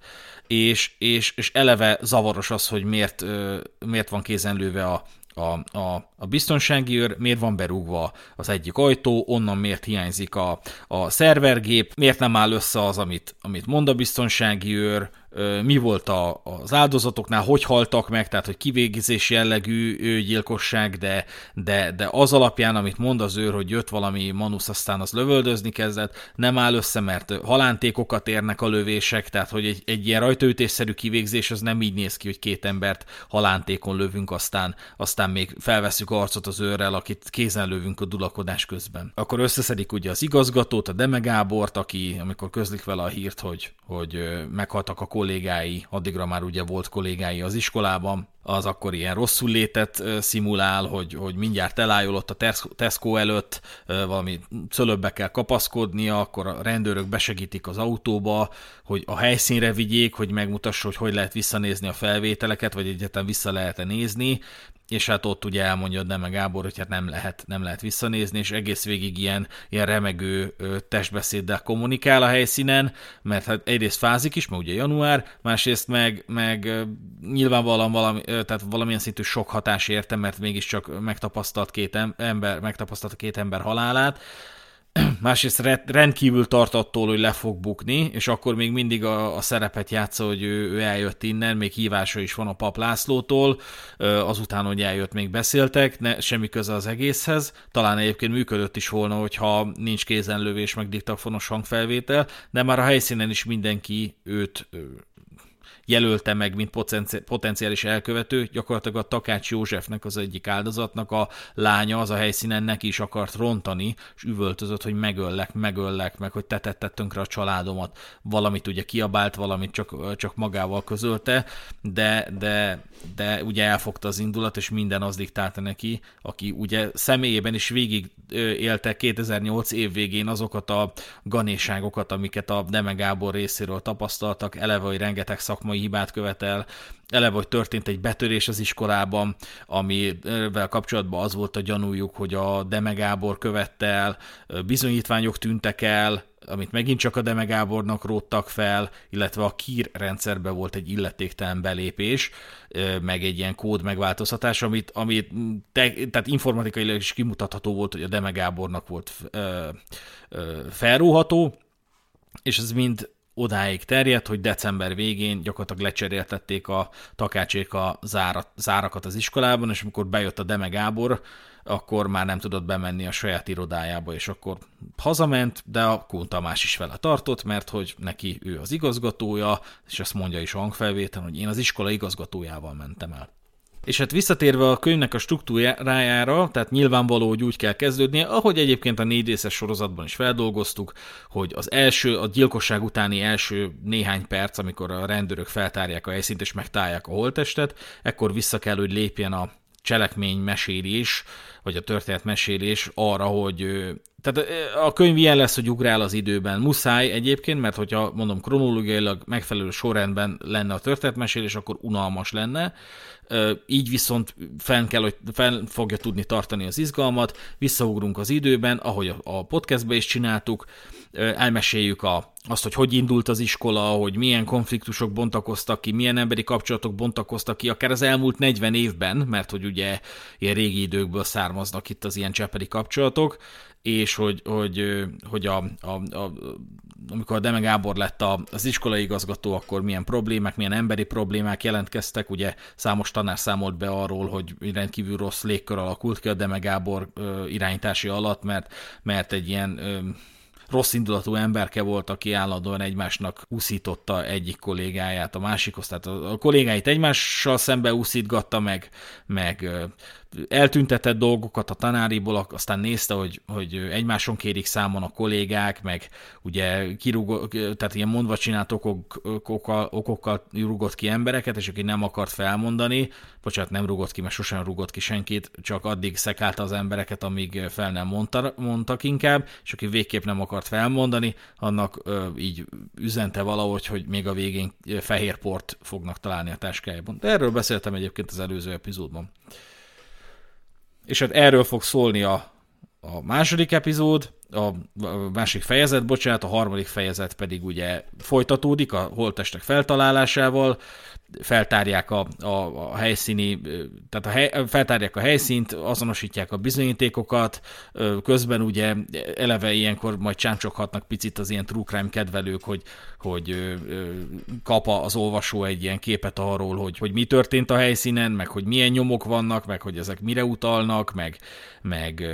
És eleve zavaros az, hogy miért van kézenlőve a biztonsági őr, miért van berúgva az egyik ajtó, onnan miért hiányzik a szervergép, miért nem áll össze az, amit mond a biztonsági őr, mi volt az áldozatoknál, hogy haltak meg, tehát hogy kivégzés jellegű gyilkosság, de az alapján, amit mond az őr, hogy jött valami manusz, aztán az lövöldözni kezdett, nem áll össze, mert halántékokat érnek a lövések, tehát hogy egy ilyen rajtaütésszerű kivégzés az nem így néz ki, hogy 2 embert halántékon lövünk, aztán még felveszünk arcot az őrrel, akit kézen lövünk a dulakodás közben. Akkor összeszedik ugye az igazgatót, a Deme Gábort, aki, amikor közlik vele a hírt, hogy meghaltak a kollégái, addigra már ugye volt kollégái az iskolában, az akkor ilyen rosszul létet szimulál, hogy mindjárt elájul ott a Tesco előtt, valami cölöbbe kell kapaszkodnia, akkor a rendőrök besegítik az autóba, hogy a helyszínre vigyék, hogy megmutassa, hogy lehet visszanézni a felvételeket, vagy egyáltalán vissza lehet-e nézni, és hát ott ugye elmondja Deme Gábor, hogy hát nem lehet visszanézni, és egész végig ilyen remegő testbeszéddel kommunikál a helyszínen, mert hát egyrészt fázik is, mert ugye január, másrészt meg nyilvánvalóan tehát valamilyen szintű sok hatás érte, mert mégiscsak megtapasztalt a 2 ember halálát, másrészt rendkívül tart attól, hogy le fog bukni, és akkor még mindig a szerepet játsza, hogy ő eljött innen, még hívása is van a Pap Lászlótól, azután, hogy eljött, még beszéltek, semmi köze az egészhez. Talán egyébként működött is volna, hogyha nincs kézenlövés, meg diktafonos hangfelvétel, de már a helyszínen is mindenki őt jelölte meg, mint potenciális elkövető, gyakorlatilag a Takács Józsefnek, az egyik áldozatnak a lánya az a helyszínen neki is akart rontani, és üvöltözött, hogy megöllek, meg hogy te tetted tönkre a családomat. Valamit ugye kiabált, valamit csak magával közölte, de ugye elfogta az indulat, és minden az diktálta neki, aki ugye személyében is végig élte 2008 év végén azokat a ganéságokat, amiket a Deme Gábor részéről tapasztaltak, eleve, hogy rengeteg szakmai hibát követel, eleve, hogy történt egy betörés az iskolában, amivel kapcsolatban az volt a gyanújuk, hogy a Deme Gábor követte el, bizonyítványok tűntek el, amit megint csak a Deme Gábornak róttak fel, illetve a KIR rendszerben volt egy illetéktelen belépés, meg egy ilyen kód megváltoztatás, tehát informatikailag is kimutatható volt, hogy a Deme Gábornak volt felróható, és ez mind odáig terjedt, hogy december végén gyakorlatilag lecseréltették a Takácsék a zárakat az iskolában, és amikor bejött a Deme Gábor, akkor már nem tudott bemenni a saját irodájába, és akkor hazament, de a Kun Tamás is vele tartott, mert hogy neki ő az igazgatója, és ezt mondja is a hangfelvételen, hogy én az iskola igazgatójával mentem el. És hát visszatérve a könyvnek a struktúrájára, tehát nyilvánvaló, hogy úgy kell kezdődnie, ahogy egyébként a 4 részes sorozatban is feldolgoztuk, hogy a gyilkosság utáni első néhány perc, amikor a rendőrök feltárják a helyszínt és megtalálják a holttestet, ekkor vissza kell, hogy lépjen cselekménymesélés, vagy a történetmesélés arra, hogy tehát a könyv ilyen lesz, hogy ugrál az időben. Muszáj egyébként, mert hogyha mondom kronológiailag megfelelő sorrendben lenne a történetmesélés, akkor unalmas lenne. Így viszont fenn fogja tudni tartani az izgalmat, visszaugrunk az időben, ahogy a podcastben is csináltuk, elmeséljük azt, hogy indult az iskola, hogy milyen konfliktusok bontakoztak ki, milyen emberi kapcsolatok bontakoztak ki, akár az elmúlt 40 évben, mert hogy ugye ilyen régi időkből származnak itt az ilyen csepeli kapcsolatok, és hogy amikor a Deme Gábor lett az iskolai igazgató, akkor milyen problémák, milyen emberi problémák jelentkeztek, ugye számos tanár számolt be arról, hogy rendkívül rossz légkör alakult ki a Deme Gábor irányítási alatt, mert egy ilyen rossz indulatú emberke volt, aki állandóan egymásnak úszította egyik kollégáját a másikhoz, tehát a kollégáit egymással szembe úszítgatta, meg eltüntetett dolgokat a tanáriból, aztán nézte, hogy egymáson kérik számon a kollégák, meg ugye tehát ilyen mondva csinált okokkal rúgott ki embereket, és aki nem akart felmondani, bocsánat, nem rúgott ki, mert sosem rúgott ki senkit, csak addig szekálta az embereket, amíg fel nem mondtak inkább, és aki végképp nem akart felmondani, annak így üzente valahogy, hogy még a végén fehér port fognak találni a táskájában. De erről beszéltem egyébként az előző epizódban. És hát erről fog szólni a második epizód, a másik fejezet, bocsánat, a harmadik fejezet pedig ugye folytatódik a holttestek feltalálásával, feltárják a helyszíni, tehát feltárják a helyszínt, azonosítják a bizonyítékokat, közben ugye eleve ilyenkor majd csámcsoghatnak picit az ilyen true crime kedvelők, hogy kap az olvasó egy ilyen képet arról, hogy mi történt a helyszínen, meg hogy milyen nyomok vannak, meg hogy ezek mire utalnak, meg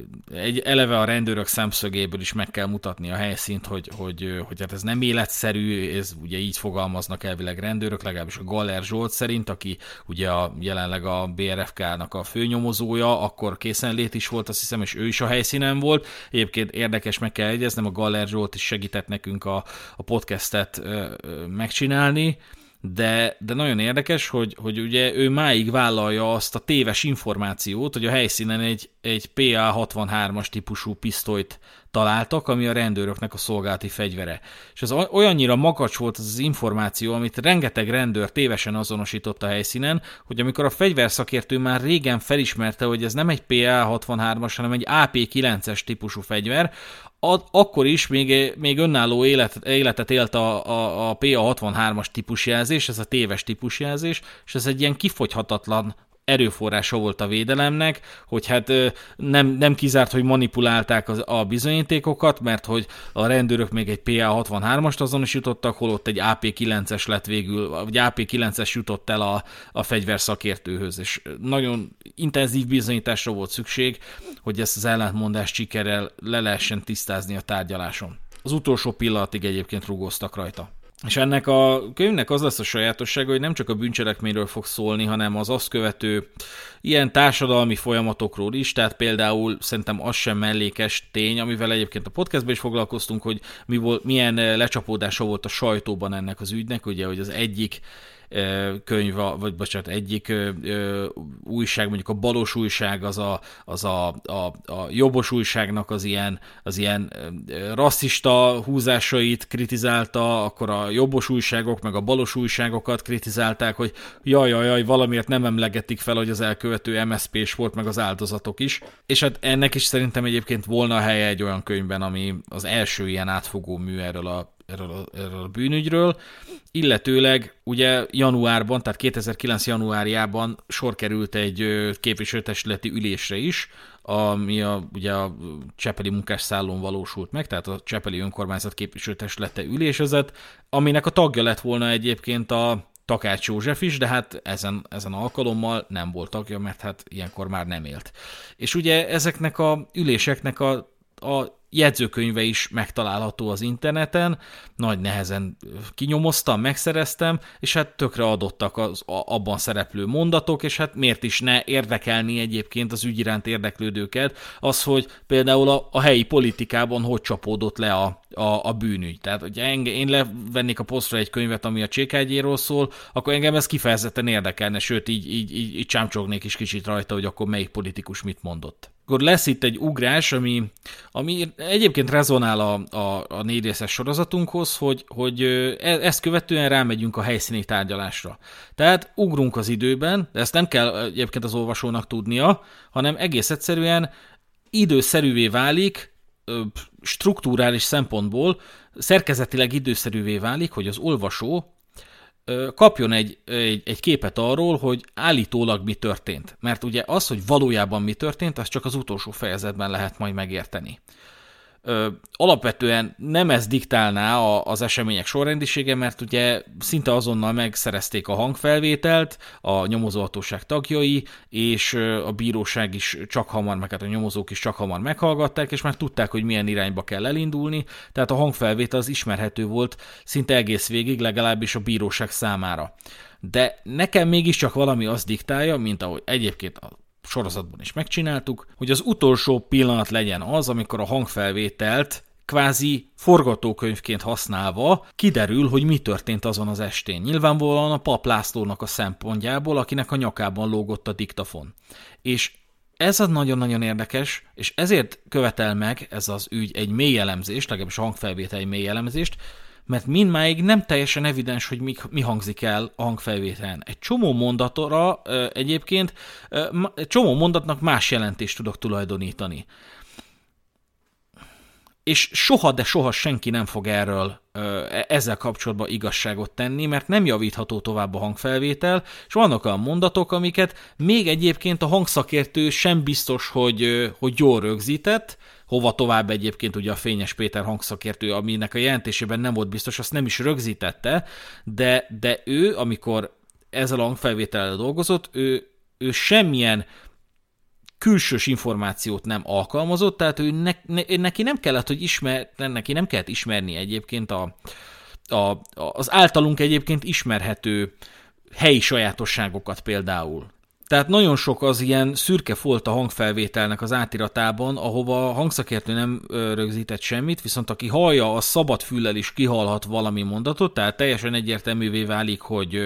eleve a rendőrök szemszögéből is meg kell mutatni a helyszínt, hogy hát ez nem életszerű, ez ugye így fogalmaznak elvileg rendőrök, legalábbis a Galler Zsolt szerint, aki ugye jelenleg a BRFK-nak a főnyomozója, akkor készenlét is volt, azt hiszem, és ő is a helyszínen volt. Egyébként érdekes, meg kell jegyeznem, a Galler Zsolt is segített nekünk a podcastet megcsinálni, de nagyon érdekes, hogy ugye ő máig vállalja azt a téves információt, hogy a helyszínen egy PA-63-as típusú pisztolyt találtak, ami a rendőröknek a szolgálati fegyvere. És ez olyannyira makacs volt az információ, amit rengeteg rendőr tévesen azonosított a helyszínen, hogy amikor a fegyverszakértő már régen felismerte, hogy ez nem egy PA-63-as, hanem egy AP-9-es típusú fegyver, akkor is még önálló életet élt a PA-63-as típusjelzés, ez a téves típusjelzés, és ez egy ilyen kifogyhatatlan erőforrása volt a védelemnek, hogy hát nem kizárt, hogy manipulálták a bizonyítékokat, mert hogy a rendőrök még egy PA-63-ast azonosítottak, holott egy AP-9-es lett végül, vagy AP-9-es jutott el a fegyverszakértőhöz, és nagyon intenzív bizonyításra volt szükség, hogy ezt az ellentmondást sikerrel le lehessen tisztázni a tárgyaláson. Az utolsó pillanatig egyébként rugóztak rajta. És ennek a könyvnek az lesz a sajátossága, hogy nem csak a bűncselekményről fog szólni, hanem az azt követő ilyen társadalmi folyamatokról is, tehát például szerintem az sem mellékes tény, amivel egyébként a podcastban is foglalkoztunk, hogy milyen lecsapódása volt a sajtóban ennek az ügynek, ugye, hogy az egyik könyv, vagy bocsánat, egyik újság, mondjuk a balos újság, az a jobbos újságnak az ilyen rasszista húzásait kritizálta, akkor a jobbos újságok, meg a balos újságokat kritizálták, hogy jaj, valamiért nem emlegetik fel, hogy az elkövető MSZP-s volt, meg az áldozatok is. És hát ennek is szerintem egyébként volna a helye egy olyan könyvben, ami az első ilyen átfogó mű erről a bűnügyről, illetőleg ugye januárban, tehát 2009 januárjában sor került egy képviselőtestületi ülésre is, ami ugye a Csepeli munkásszállón valósult meg, tehát a Csepeli önkormányzat képviselőtestülete ülésezett, aminek a tagja lett volna egyébként a Takács József is, de hát ezen alkalommal nem volt tagja, mert hát ilyenkor már nem élt. És ugye ezeknek a üléseknek a jegyzőkönyve is megtalálható az interneten, nagy nehezen kinyomoztam, megszereztem, és hát tökre adottak az abban szereplő mondatok, és hát miért is ne érdekelni egyébként az ügy iránt érdeklődőket az, hogy például a helyi politikában hogy csapódott le a bűnügy. Tehát, hogyha én levennék a posztra egy könyvet, ami a Csékágyéról szól, akkor engem ez kifejezetten érdekelne, sőt, így csámcsognék is kicsit rajta, hogy akkor melyik politikus mit mondott. Akkor lesz itt egy ugrás, ami egyébként rezonál a 4 részes sorozatunkhoz, hogy ezt követően rámegyünk a helyszíni tárgyalásra. Tehát ugrunk az időben, de ezt nem kell egyébként az olvasónak tudnia, hanem egész egyszerűen időszerűvé válik, strukturális szempontból szerkezetileg időszerűvé válik, hogy az olvasó kapjon egy képet arról, hogy állítólag mi történt. Mert ugye az, hogy valójában mi történt, az csak az utolsó fejezetben lehet majd megérteni. Alapvetően nem ez diktálná az események sorrendisége, mert ugye szinte azonnal megszerezték a hangfelvételt, a nyomozóhatóság tagjai, és a bíróság is csak hamar, meg hát a nyomozók is csak hamar meghallgatták, és már tudták, hogy milyen irányba kell elindulni, tehát a hangfelvétel az ismerhető volt szinte egész végig, legalábbis a bíróság számára. De nekem mégiscsak valami azt diktálja, mint ahogy egyébként a sorozatban is megcsináltuk, hogy az utolsó pillanat legyen az, amikor a hangfelvételt kvázi forgatókönyvként használva kiderül, hogy mi történt azon az estén. Nyilvánvalóan a Pap Lászlónak a szempontjából, akinek a nyakában lógott a diktafon. És ez az nagyon-nagyon érdekes, és ezért követel meg ez az ügy egy mély elemzést, legalábbis a hangfelvétel egy mély elemzést, mert mindmáig nem teljesen evidens, hogy mi hangzik el a hangfelvételen. Egy csomó mondatra egyébként, egy csomó mondatnak más jelentést tudok tulajdonítani. És soha, de soha senki nem fog erről ezzel kapcsolatban igazságot tenni, mert nem javítható tovább a hangfelvétel, és vannak olyan mondatok, amiket még egyébként a hangszakértő sem biztos, hogy jól rögzített, hova tovább egyébként ugye a Fényes Péter hangszakértő, aminek a jelentésében nem volt biztos, azt nem is rögzítette, de ő, amikor ezzel a hangfelvétellel dolgozott, ő semmilyen külsős információt nem alkalmazott, tehát neki nem kellett, neki nem kellett ismerni egyébként az általunk egyébként ismerhető helyi sajátosságokat például. Tehát nagyon sok az ilyen szürke folt a hangfelvételnek az átiratában, ahova a hangszakértő nem rögzített semmit, viszont aki hallja, az szabad füllel is kihallhat valami mondatot, tehát teljesen egyértelművé válik,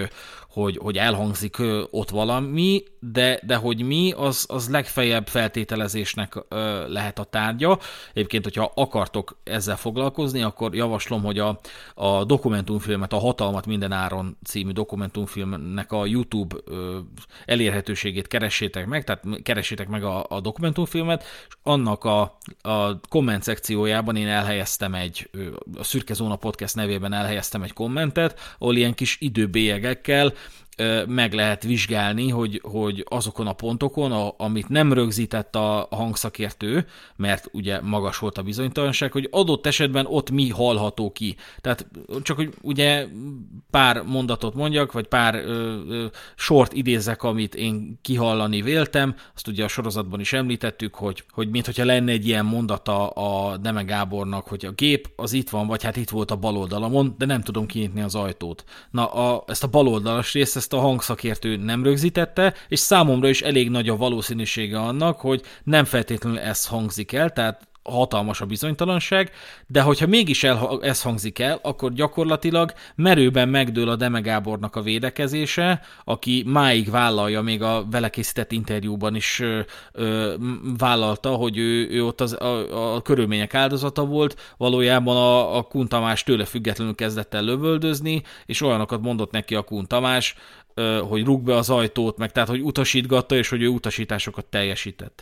hogy elhangzik ott valami, de hogy mi, az legfeljebb feltételezésnek lehet a tárgya. Egyébként, hogyha akartok ezzel foglalkozni, akkor javaslom, hogy a dokumentumfilmet, a Hatalmat minden áron című dokumentumfilmnek a YouTube elérhetőségét keressétek meg, tehát keressétek meg a dokumentumfilmet, és annak a komment szekciójában én elhelyeztem a Szürke Zóna Podcast nevében elhelyeztem egy kommentet, ahol ilyen kis időbélyegekkel meg lehet vizsgálni, hogy azokon a pontokon, amit nem rögzített a hangszakértő, mert ugye magas volt a bizonytalanság, hogy adott esetben ott mi hallható ki. Tehát csak, hogy ugye pár mondatot mondjak, vagy pár sort idézek, amit én kihallani véltem, azt ugye a sorozatban is említettük, hogy minthogyha lenne egy ilyen mondata a Deme Gábornak, hogy a gép az itt van, vagy hát itt volt a bal oldalamon, de nem tudom kinyitni az ajtót. Na, ezt a bal oldalas részt, ezt a hangszakértő nem rögzítette, és számomra is elég nagy a valószínűsége annak, hogy nem feltétlenül ez hangzik el, tehát hatalmas a bizonytalanság, de hogyha mégis ez hangzik el, akkor gyakorlatilag merőben megdől a Deme Gábornak a védekezése, aki máig vállalja, még a vele készített interjúban is vállalta, hogy ő ott a körülmények áldozata volt, valójában a Kun Tamás tőle függetlenül kezdett el lövöldözni, és olyanokat mondott neki a Kun Tamás, hogy rúg be az ajtót, meg tehát, hogy utasítgatta, és hogy ő utasításokat teljesített.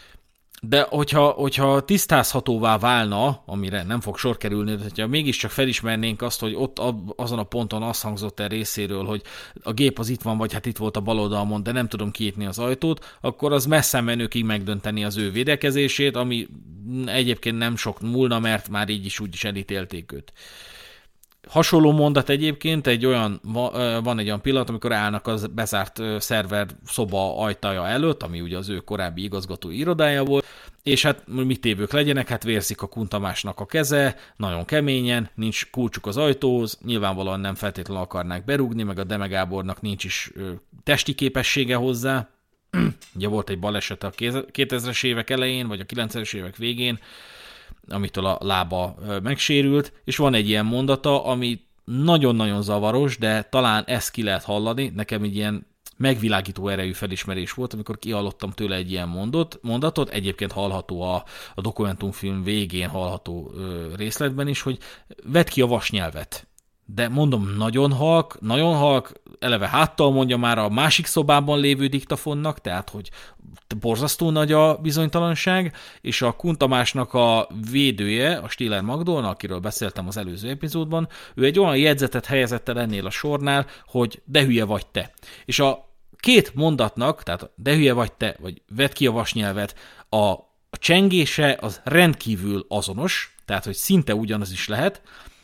De hogyha tisztázhatóvá válna, amire nem fog sor kerülni, de hogyha mégiscsak felismernénk azt, hogy ott azon a ponton azt hangzott el részéről, hogy a gép az itt van, vagy hát itt volt a bal oldalon, de nem tudom kinyitni az ajtót, akkor az messze menőkig megdönteni az ő védekezését, ami egyébként nem sok múlna, mert már így is úgy is elítélték őt. Hasonló mondat egyébként, van egy olyan pillanat, amikor állnak az bezárt szerver szoba ajtaja előtt, ami ugye az ő korábbi igazgató irodája volt, és hát mit tévők legyenek, hát vérzik a Kun Tamásnak a keze, nagyon keményen, nincs kulcsuk az ajtóhoz, nyilvánvalóan nem feltétlenül akarnák berúgni, meg a Deme Gábornak nincs is testi képessége hozzá. Ugye volt egy baleset a 2000-es évek elején, vagy a 90-es évek végén, amitől a lába megsérült, és van egy ilyen mondata, ami nagyon-nagyon zavaros, de talán ezt ki lehet hallani. Nekem egy ilyen megvilágító erejű felismerés volt, amikor kihallottam tőle egy ilyen mondatot, egyébként hallható a dokumentumfilm végén hallható részletben is, hogy vedd ki a vasnyelvet. De mondom, nagyon halk, eleve háttal mondja már a másik szobában lévő diktafonnak, tehát hogy borzasztó nagy a bizonytalanság, és a Kun Tamásnak a védője, a Stiller Magdolna, akiről beszéltem az előző epizódban, ő egy olyan jegyzetet helyezett el ennél a sornál, hogy de hülye vagy te. És a két mondatnak, tehát de hülye vagy te, vagy vedd ki a vasnyelvet, a csengése az rendkívül azonos, tehát hogy szinte ugyanaz is lehet,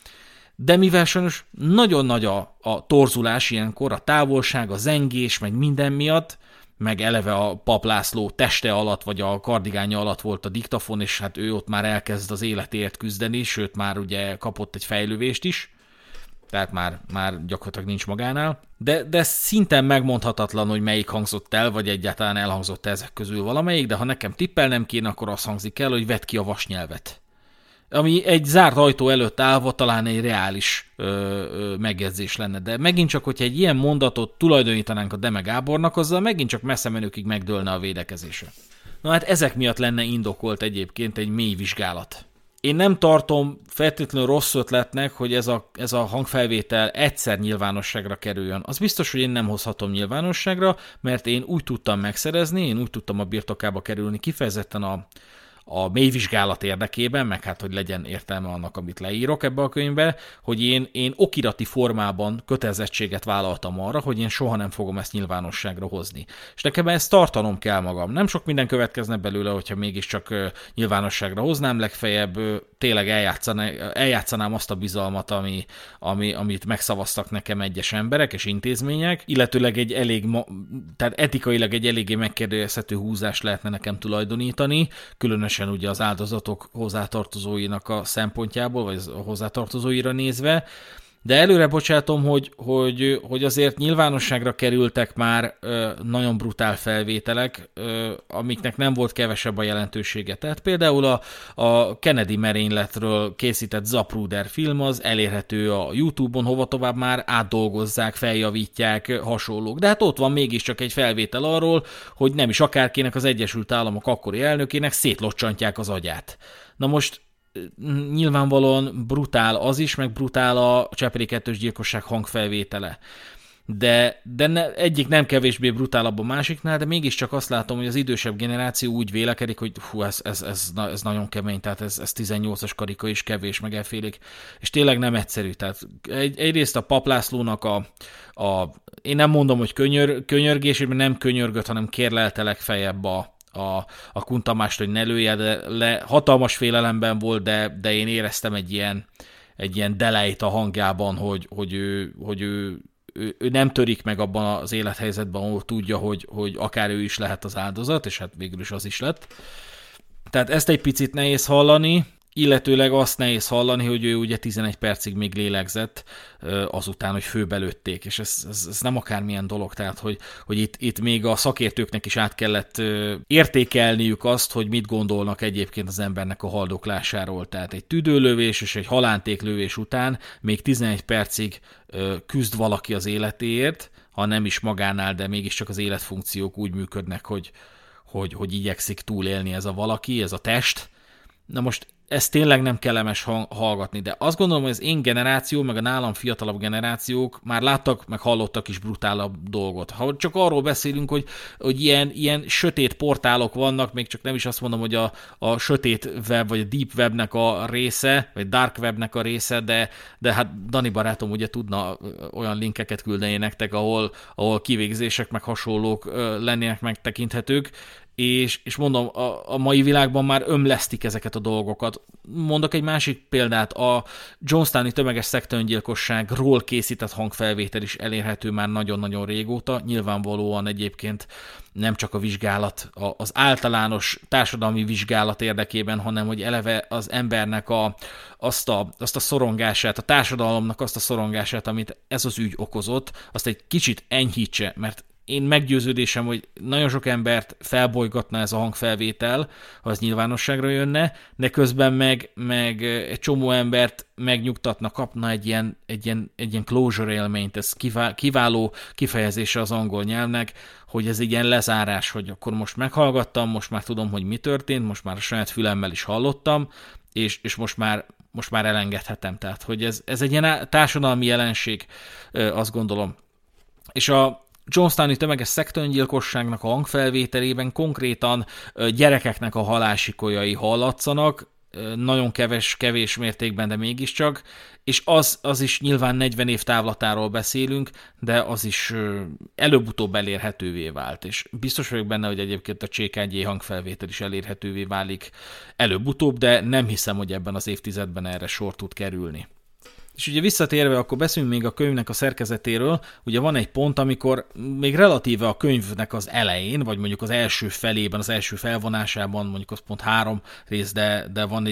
de mivel sajnos nagyon nagy a torzulás ilyenkor, a távolság, a zengés, meg minden miatt, meg eleve a Pap László teste alatt, vagy a kardigánja alatt volt a diktafon, és hát ő ott már elkezd az életéért küzdeni, sőt már ugye kapott egy fejlővést is, tehát már gyakorlatilag nincs magánál, de szinte megmondhatatlan, hogy melyik hangzott el, vagy egyáltalán elhangzott ezek közül valamelyik, de ha nekem tippelnem kéne, akkor azt hangzik el, hogy vedd ki a vasnyelvet. Ami egy zárt ajtó előtt állva talán egy reális megjegyzés lenne. De megint csak, hogyha egy ilyen mondatot tulajdonítanánk a Deme Gábornak, azzal megint csak messze menőkig megdőlne a védekezése. Na hát ezek miatt lenne indokolt egyébként egy mély vizsgálat. Én nem tartom feltétlenül rossz ötletnek, hogy ez a hangfelvétel egyszer nyilvánosságra kerüljön. Az biztos, hogy én nem hozhatom nyilvánosságra, mert én úgy tudtam megszerezni, én úgy tudtam a birtokába kerülni kifejezetten a mély vizsgálat érdekében, meg hát, hogy legyen értelme annak, amit leírok ebbe a könyvbe, hogy én okirati formában kötelezettséget vállaltam arra, hogy én soha nem fogom ezt nyilvánosságra hozni. És nekem ezt tartanom kell magam. Nem sok minden következne belőle, hogyha mégiscsak nyilvánosságra hoznám, legfeljebb tényleg eljátszanám azt a bizalmat, amit megszavaztak nekem egyes emberek és intézmények, illetőleg tehát etikailag egy eléggé megkérdőjelezhető húzást lehetne nekem tulajdonítani, különösen ugye az áldozatok hozzátartozóinak a szempontjából, vagy a hozzátartozóira nézve, de előre bocsátom, hogy azért nyilvánosságra kerültek már nagyon brutál felvételek, amiknek nem volt kevesebb a jelentősége. Tehát például a Kennedy merényletről készített Zapruder film az elérhető a YouTube-on, hova tovább már átdolgozzák, feljavítják, hasonlók. De hát ott van mégiscsak egy felvétel arról, hogy nem is akárkinek, az Egyesült Államok akkori elnökének szétlocsantják az agyát. Na most nyilvánvalóan brutál az is, meg brutál a Csepeli kettős gyilkosság hangfelvétele. De egyik nem kevésbé brutálabb a másiknál, de mégiscsak azt látom, hogy az idősebb generáció úgy vélekedik, hogy ez nagyon kemény, tehát ez 18-as karika is kevés, meg elfélik. És tényleg nem egyszerű. Tehát egyrészt a Pap Lászlónak én nem mondom, hogy könyörgés, mert nem könyörgött, hanem kérlelte legfeljebb a Kun Tamást, hogy ne lője, de hatalmas félelemben volt, de én éreztem egy ilyen delejt a hangjában, hogy ő nem törik meg abban az élethelyzetben, ahol tudja, hogy akár ő is lehet az áldozat, és hát végül is az is lett. Tehát ezt egy picit nehéz hallani, illetőleg azt nehéz hallani, hogy ő ugye 11 percig még lélegzett azután, hogy főbelőtték, és ez nem akármilyen dolog, tehát hogy itt még a szakértőknek is át kellett értékelniük azt, hogy mit gondolnak egyébként az embernek a haldoklásáról. Tehát egy tüdőlövés és egy halántéklövés után még 11 percig küzd valaki az életéért, ha nem is magánál, de mégiscsak az életfunkciók úgy működnek, hogy igyekszik túlélni ez a valaki, ez a test. Na most ez tényleg nem kellemes hallgatni, de azt gondolom, hogy az én generáció, meg a nálam fiatalabb generációk már láttak, meg hallottak is brutálabb dolgot. Ha csak arról beszélünk, hogy ilyen sötét portálok vannak, még csak nem is azt mondom, hogy a sötét web, vagy a deep webnek a része, vagy dark webnek a része, de hát Dani barátom ugye tudna olyan linkeket küldeni nektek, ahol kivégzések, meg hasonlók lennének megtekinthetők. és mondom, a mai világban már ömlesztik ezeket a dolgokat. Mondok egy másik példát, a Johnstoni tömeges szektaöngyilkosságról készített hangfelvétel is elérhető már nagyon-nagyon régóta, nyilvánvalóan egyébként nem csak a vizsgálat, az általános társadalmi vizsgálat érdekében, hanem hogy eleve az embernek azt a szorongását, a társadalomnak azt a szorongását, amit ez az ügy okozott, azt egy kicsit enyhítse, mert én meggyőződésem, hogy nagyon sok embert felbolygatna ez a hangfelvétel, ha az nyilvánosságra jönne, de közben meg egy csomó embert megnyugtatna, kapna egy ilyen closure élményt. Ez kiváló kifejezése az angol nyelvnek, hogy ez egy ilyen lezárás, hogy akkor most meghallgattam, most már tudom, hogy mi történt, most már a saját fülemmel is hallottam, és most már elengedhetem. Tehát, hogy ez egy ilyen társadalmi jelenség, azt gondolom. És a Johnstoni tömeges szektaöngyilkosságnak a hangfelvételében konkrétan gyerekeknek a halálsikolyai hallatszanak, nagyon kevés mértékben, de mégiscsak, és az is nyilván 40 év távlatáról beszélünk, de az is előbb-utóbb elérhetővé vált, és biztos vagyok benne, hogy egyébként a CKG hangfelvétel is elérhetővé válik előbb-utóbb, de nem hiszem, hogy ebben az évtizedben erre sor tud kerülni. És ugye visszatérve, akkor beszéljünk még a könyvnek a szerkezetéről. Ugye van egy pont, amikor még relatíve a könyvnek az elején, vagy mondjuk az első felében, az első felvonásában, mondjuk az pont 3 rész, de van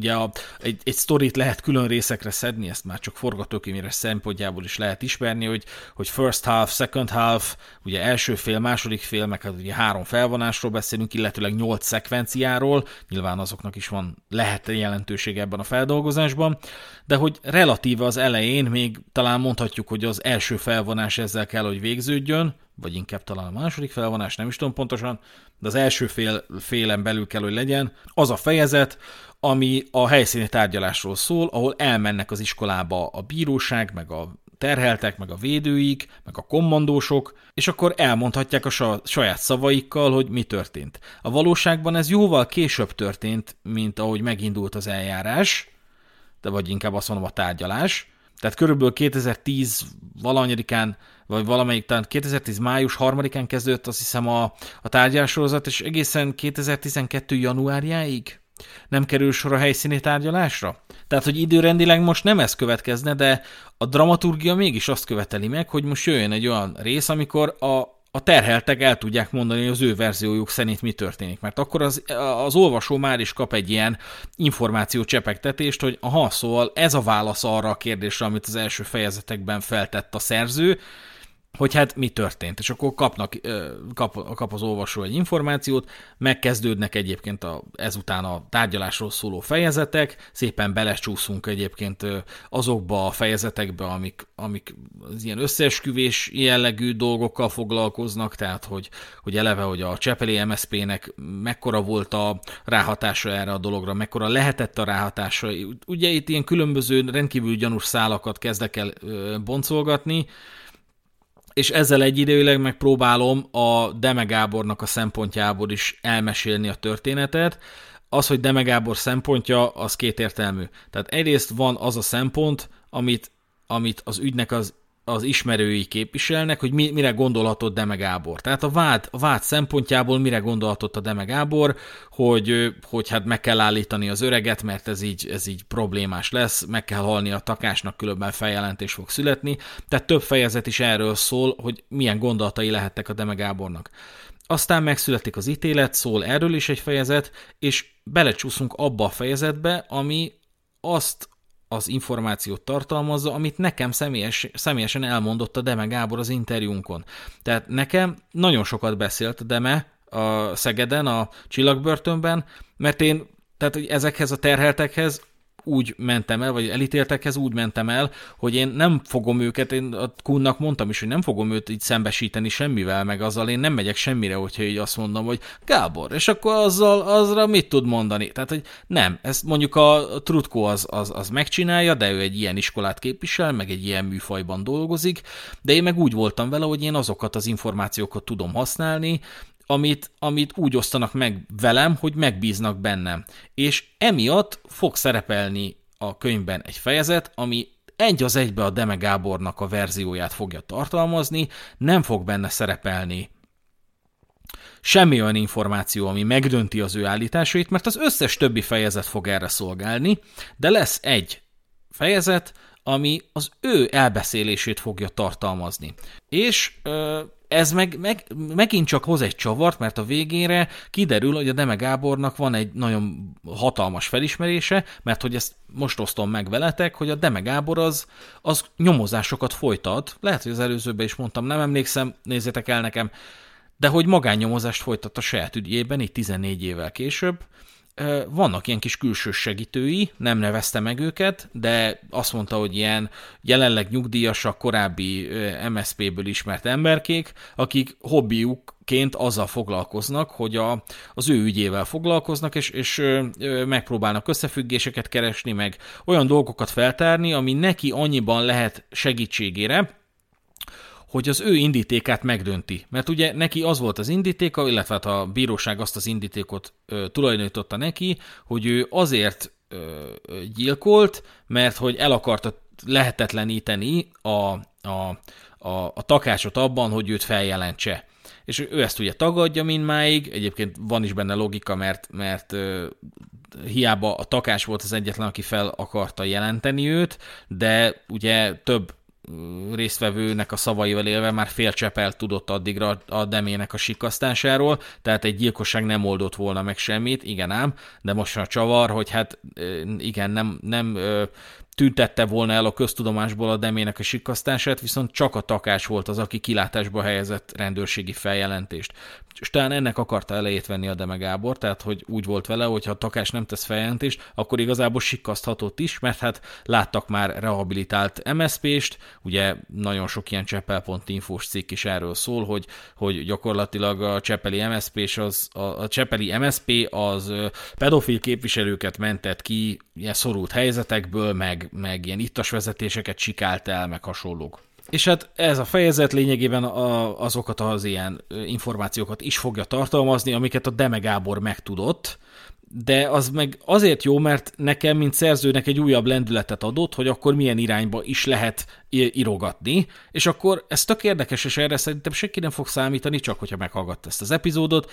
egy sztorit lehet külön részekre szedni, ezt már csak forgatókönyvíres szempontjából is lehet ismerni, hogy first half, second half, ugye első fél, második fél, meg hát ugye 3 felvonásról beszélünk, illetőleg 8 szekvenciáról, nyilván azoknak is lehet jelentőség ebben a feldolgozásban, de hogy relatíve az elején még talán mondhatjuk, hogy az első felvonás ezzel kell, hogy végződjön, vagy inkább talán a második felvonás, nem is tudom pontosan, de az első félen belül kell, hogy legyen az a fejezet, ami a helyszíni tárgyalásról szól, ahol elmennek az iskolába a bíróság, meg a terheltek, meg a védőik, meg a kommandósok, és akkor elmondhatják a saját szavaikkal, hogy mi történt. A valóságban ez jóval később történt, mint ahogy megindult az eljárás, de vagy inkább azt mondom a tárgyalás. Tehát körülbelül 2010 valahanyadikán, vagy valamelyik, talán 2010 május 3-án kezdődött azt hiszem a tárgyalássorozat, és egészen 2012 januárjáig nem kerül sor a helyszíni tárgyalásra. Tehát, hogy időrendileg most nem ez következne, de a dramaturgia mégis azt követeli meg, hogy most jöjjön egy olyan rész, amikor a terheltek el tudják mondani, hogy az ő verziójuk szerint mi történik. Mert akkor az olvasó már is kap egy ilyen információ csepegtetést, hogy szóval ez a válasz arra a kérdésre, amit az első fejezetekben feltett a szerző, hogy hát mi történt. És akkor kap az olvasó egy információt, megkezdődnek egyébként ezután a tárgyalásról szóló fejezetek, szépen belecsúszunk egyébként azokba a fejezetekbe, amik az ilyen összeesküvés jellegű dolgokkal foglalkoznak, tehát hogy eleve, hogy a Csepeli MSZP-nek mekkora volt a ráhatása erre a dologra, mekkora lehetett a ráhatása. Ugye itt ilyen különböző rendkívül gyanús szálakat kezdek el boncolgatni, és ezzel egyidejűleg megpróbálom a Deme Gábornak a szempontjából is elmesélni a történetet. Az, hogy Deme Gábor szempontja, az kétértelmű. Tehát egyrészt van az a szempont, amit az ügynek az ismerői képviselnek, hogy mire gondolhatott Deme Gábor. Tehát a vád szempontjából mire gondolhatott a Deme Gábor, hogy hát meg kell állítani az öreget, mert ez így problémás lesz, meg kell halni a Takásnak, különben feljelentés fog születni. Tehát több fejezet is erről szól, hogy milyen gondolatai lehettek a Deme Gábornak. Aztán megszületik az ítélet, szól erről is egy fejezet, és belecsúszunk abba a fejezetbe, ami azt az információt tartalmazza, amit nekem személyesen elmondott a Deme Gábor az interjúnkon. Tehát nekem nagyon sokat beszélt a Deme a Szegeden, a Csillagbörtönben, mert én tehát ezekhez a terheltekhez úgy mentem el, vagy elítéltekhez úgy mentem el, hogy én nem fogom őket, én a Kunnak mondtam is, hogy nem fogom őt így szembesíteni semmivel, meg azzal én nem megyek semmire, hogyha így azt mondom, hogy Gábor, és akkor azra mit tud mondani? Tehát, hogy nem, ezt mondjuk a Trutko az megcsinálja, de ő egy ilyen iskolát képvisel, meg egy ilyen műfajban dolgozik, de én meg úgy voltam vele, hogy én azokat az információkat tudom használni, amit úgy osztanak meg velem, hogy megbíznak bennem. És emiatt fog szerepelni a könyvben egy fejezet, ami egy az egybe a Deme Gábornak a verzióját fogja tartalmazni, nem fog benne szerepelni semmi olyan információ, ami megdönti az ő állításait, mert az összes többi fejezet fog erre szolgálni, de lesz egy fejezet, ami az ő elbeszélését fogja tartalmazni. És ez megint csak hoz egy csavart, mert a végére kiderül, hogy a Deme Gábornak van egy nagyon hatalmas felismerése, mert hogy ezt most osztom meg veletek, hogy a Deme Gábor az nyomozásokat folytat, lehet, hogy az előzőben is mondtam, nem emlékszem, nézzétek el nekem, de hogy magánnyomozást folytat a saját ügyében, így 14 évvel később. Vannak ilyen kis külsős segítői, nem nevezte meg őket, de azt mondta, hogy ilyen jelenleg nyugdíjasak, korábbi MSZP-ből ismert emberkék, akik hobbiukként azzal foglalkoznak, hogy az ő ügyével foglalkoznak, és megpróbálnak összefüggéseket keresni, meg olyan dolgokat feltárni, ami neki annyiban lehet segítségére, hogy az ő indítékát megdönti. Mert ugye neki az volt az indítéka, illetve hát a bíróság azt az indítékot tulajdonította neki, hogy ő azért gyilkolt, mert hogy el akarta lehetetleníteni a Takácsot abban, hogy őt feljelentse. És ő ezt ugye tagadja mindmáig, egyébként van is benne logika, mert hiába a Takács volt az egyetlen, aki fel akarta jelenteni őt, de ugye több résztvevőnek a szavaival élve már fél cseppel tudott addigra a Demének a sikkasztásáról, tehát egy gyilkosság nem oldott volna meg semmit, igen ám, de most a csavar, hogy hát igen, nem tüntette volna el a köztudomásból a Demének a sikkasztását, viszont csak a Takács volt az, aki kilátásba helyezett rendőrségi feljelentést. És talán ennek akarta elejét venni a Deme Gábor, tehát hogy úgy volt vele, hogy ha a Takács nem tesz feljelentést, akkor igazából sikkaszthatott is, mert hát láttak már rehabilitált MSZP-st, ugye nagyon sok ilyen Cseppel.infós cikk is erről szól, hogy gyakorlatilag a Cseppeli MSZP az pedofil képviselőket mentett ki ilyen szorult helyzetekből, meg ilyen ittasvezetéseket sikált el, meg hasonlók. És hát ez a fejezet lényegében azokat az ilyen információkat is fogja tartalmazni, amiket a Deme Gábor megtudott, de az meg azért jó, mert nekem, mint szerzőnek egy újabb lendületet adott, hogy akkor milyen irányba is lehet írogatni, és akkor ez tök érdekes, és erre szerintem senki nem fog számítani, csak hogyha meghallgatta ezt az epizódot,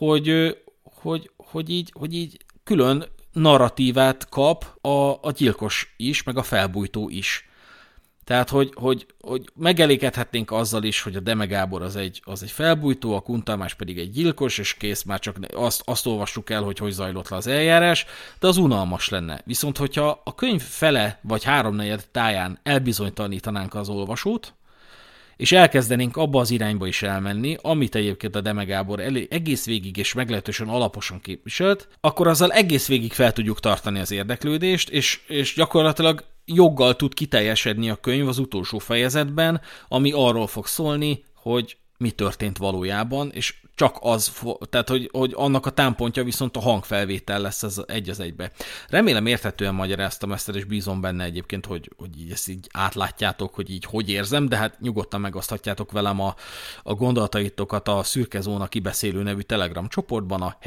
hogy így külön narratívát kap a gyilkos is, meg a felbújtó is. Tehát, hogy megelégedhetnénk azzal is, hogy a Deme Gábor az egy felbújtó, a Kuntalmás pedig egy gyilkos, és kész, már csak azt olvassuk el, hogy zajlott le az eljárás, de az unalmas lenne. Viszont, hogyha a könyv fele vagy 3/4 táján elbizonytalanítanánk az olvasót, és elkezdenénk abba az irányba is elmenni, amit egyébként a Deme Gábor egész végig és meglehetősen alaposan képviselt, akkor azzal egész végig fel tudjuk tartani az érdeklődést, és gyakorlatilag joggal tud kiteljesedni a könyv az utolsó fejezetben, ami arról fog szólni, hogy mi történt valójában, és csak tehát hogy annak a támpontja viszont a hangfelvétel lesz ez egy az egybe. Remélem érthetően magyaráztam ezt, és bízom benne egyébként, hogy így ezt így átlátjátok, hogy így hogy érzem, de hát nyugodtan megoszthatjátok velem a gondolataitokat a Szürke Zóna Kibeszélő nevű Telegram csoportban, a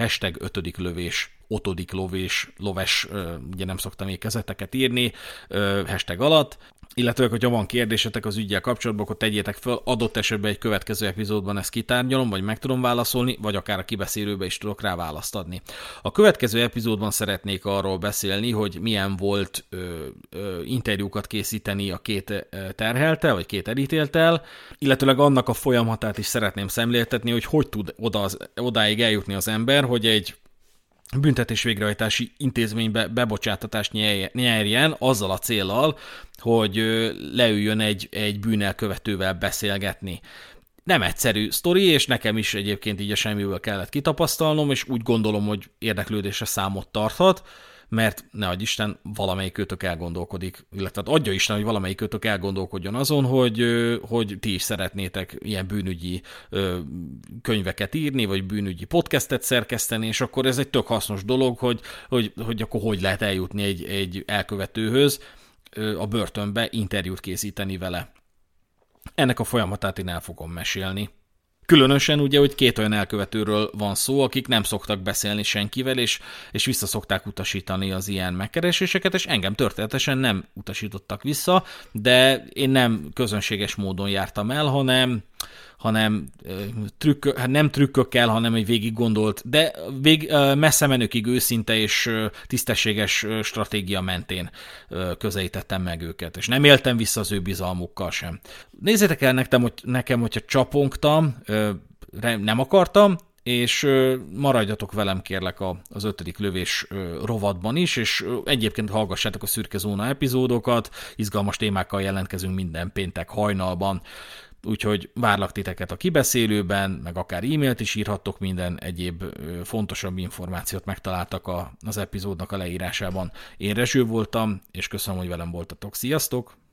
#5. loves, ugye nem szoktam még kezeteket írni, hashtag alatt, illetve, hogyha van kérdésetek az üggyel kapcsolatban, akkor tegyétek föl, adott esetben egy következő epizódban ezt kitárgyalom, vagy meg tudom válaszolni, vagy akár a kibeszélőbe is tudok rá választ adni. A következő epizódban szeretnék arról beszélni, hogy milyen volt interjúkat készíteni a két terheltel, vagy két elítélttel, illetőleg annak a folyamatát is szeretném szemléltetni, hogy tud odáig eljutni az ember, hogy egy büntetés végrehajtási intézménybe bebocsátatást nyerjen azzal a céllal, hogy leüljön egy bűnelkövetővel beszélgetni. Nem egyszerű sztori, és nekem is egyébként így a semmiből kellett kitapasztalnom, és úgy gondolom, hogy érdeklődésre számot tarthat, mert ne adj Isten, valamelyikőtök elgondolkodik, illetve adja Isten, hogy valamelyikőtök elgondolkodjon azon, hogy ti is szeretnétek ilyen bűnügyi könyveket írni, vagy bűnügyi podcastet szerkeszteni, és akkor ez egy tök hasznos dolog, hogy akkor hogy lehet eljutni egy elkövetőhöz a börtönbe, interjút készíteni vele. Ennek a folyamatát én el fogom mesélni. Különösen ugye, hogy két olyan elkövetőről van szó, akik nem szoktak beszélni senkivel, és vissza szokták utasítani az ilyen megkereséseket, és engem történetesen nem utasítottak vissza, de én nem közönséges módon jártam el, hanem hát nem trükkökkel, hanem egy végig gondolt, de messze menőkig őszinte és tisztességes stratégia mentén közelítettem meg őket, és nem éltem vissza az ő bizalmukkal sem. Nézzétek el nekem, hogyha csapongtam, nem akartam, és maradjatok velem kérlek az 5. lövés rovatban is, és egyébként hallgassátok a Szürke Zóna epizódokat, izgalmas témákkal jelentkezünk minden péntek hajnalban, úgyhogy várlak titeket a kibeszélőben, meg akár e-mailt is írhattok, minden egyéb fontosabb információt megtaláltak az epizódnak a leírásában. Én Rezső voltam, és köszönöm, hogy velem voltatok. Sziasztok!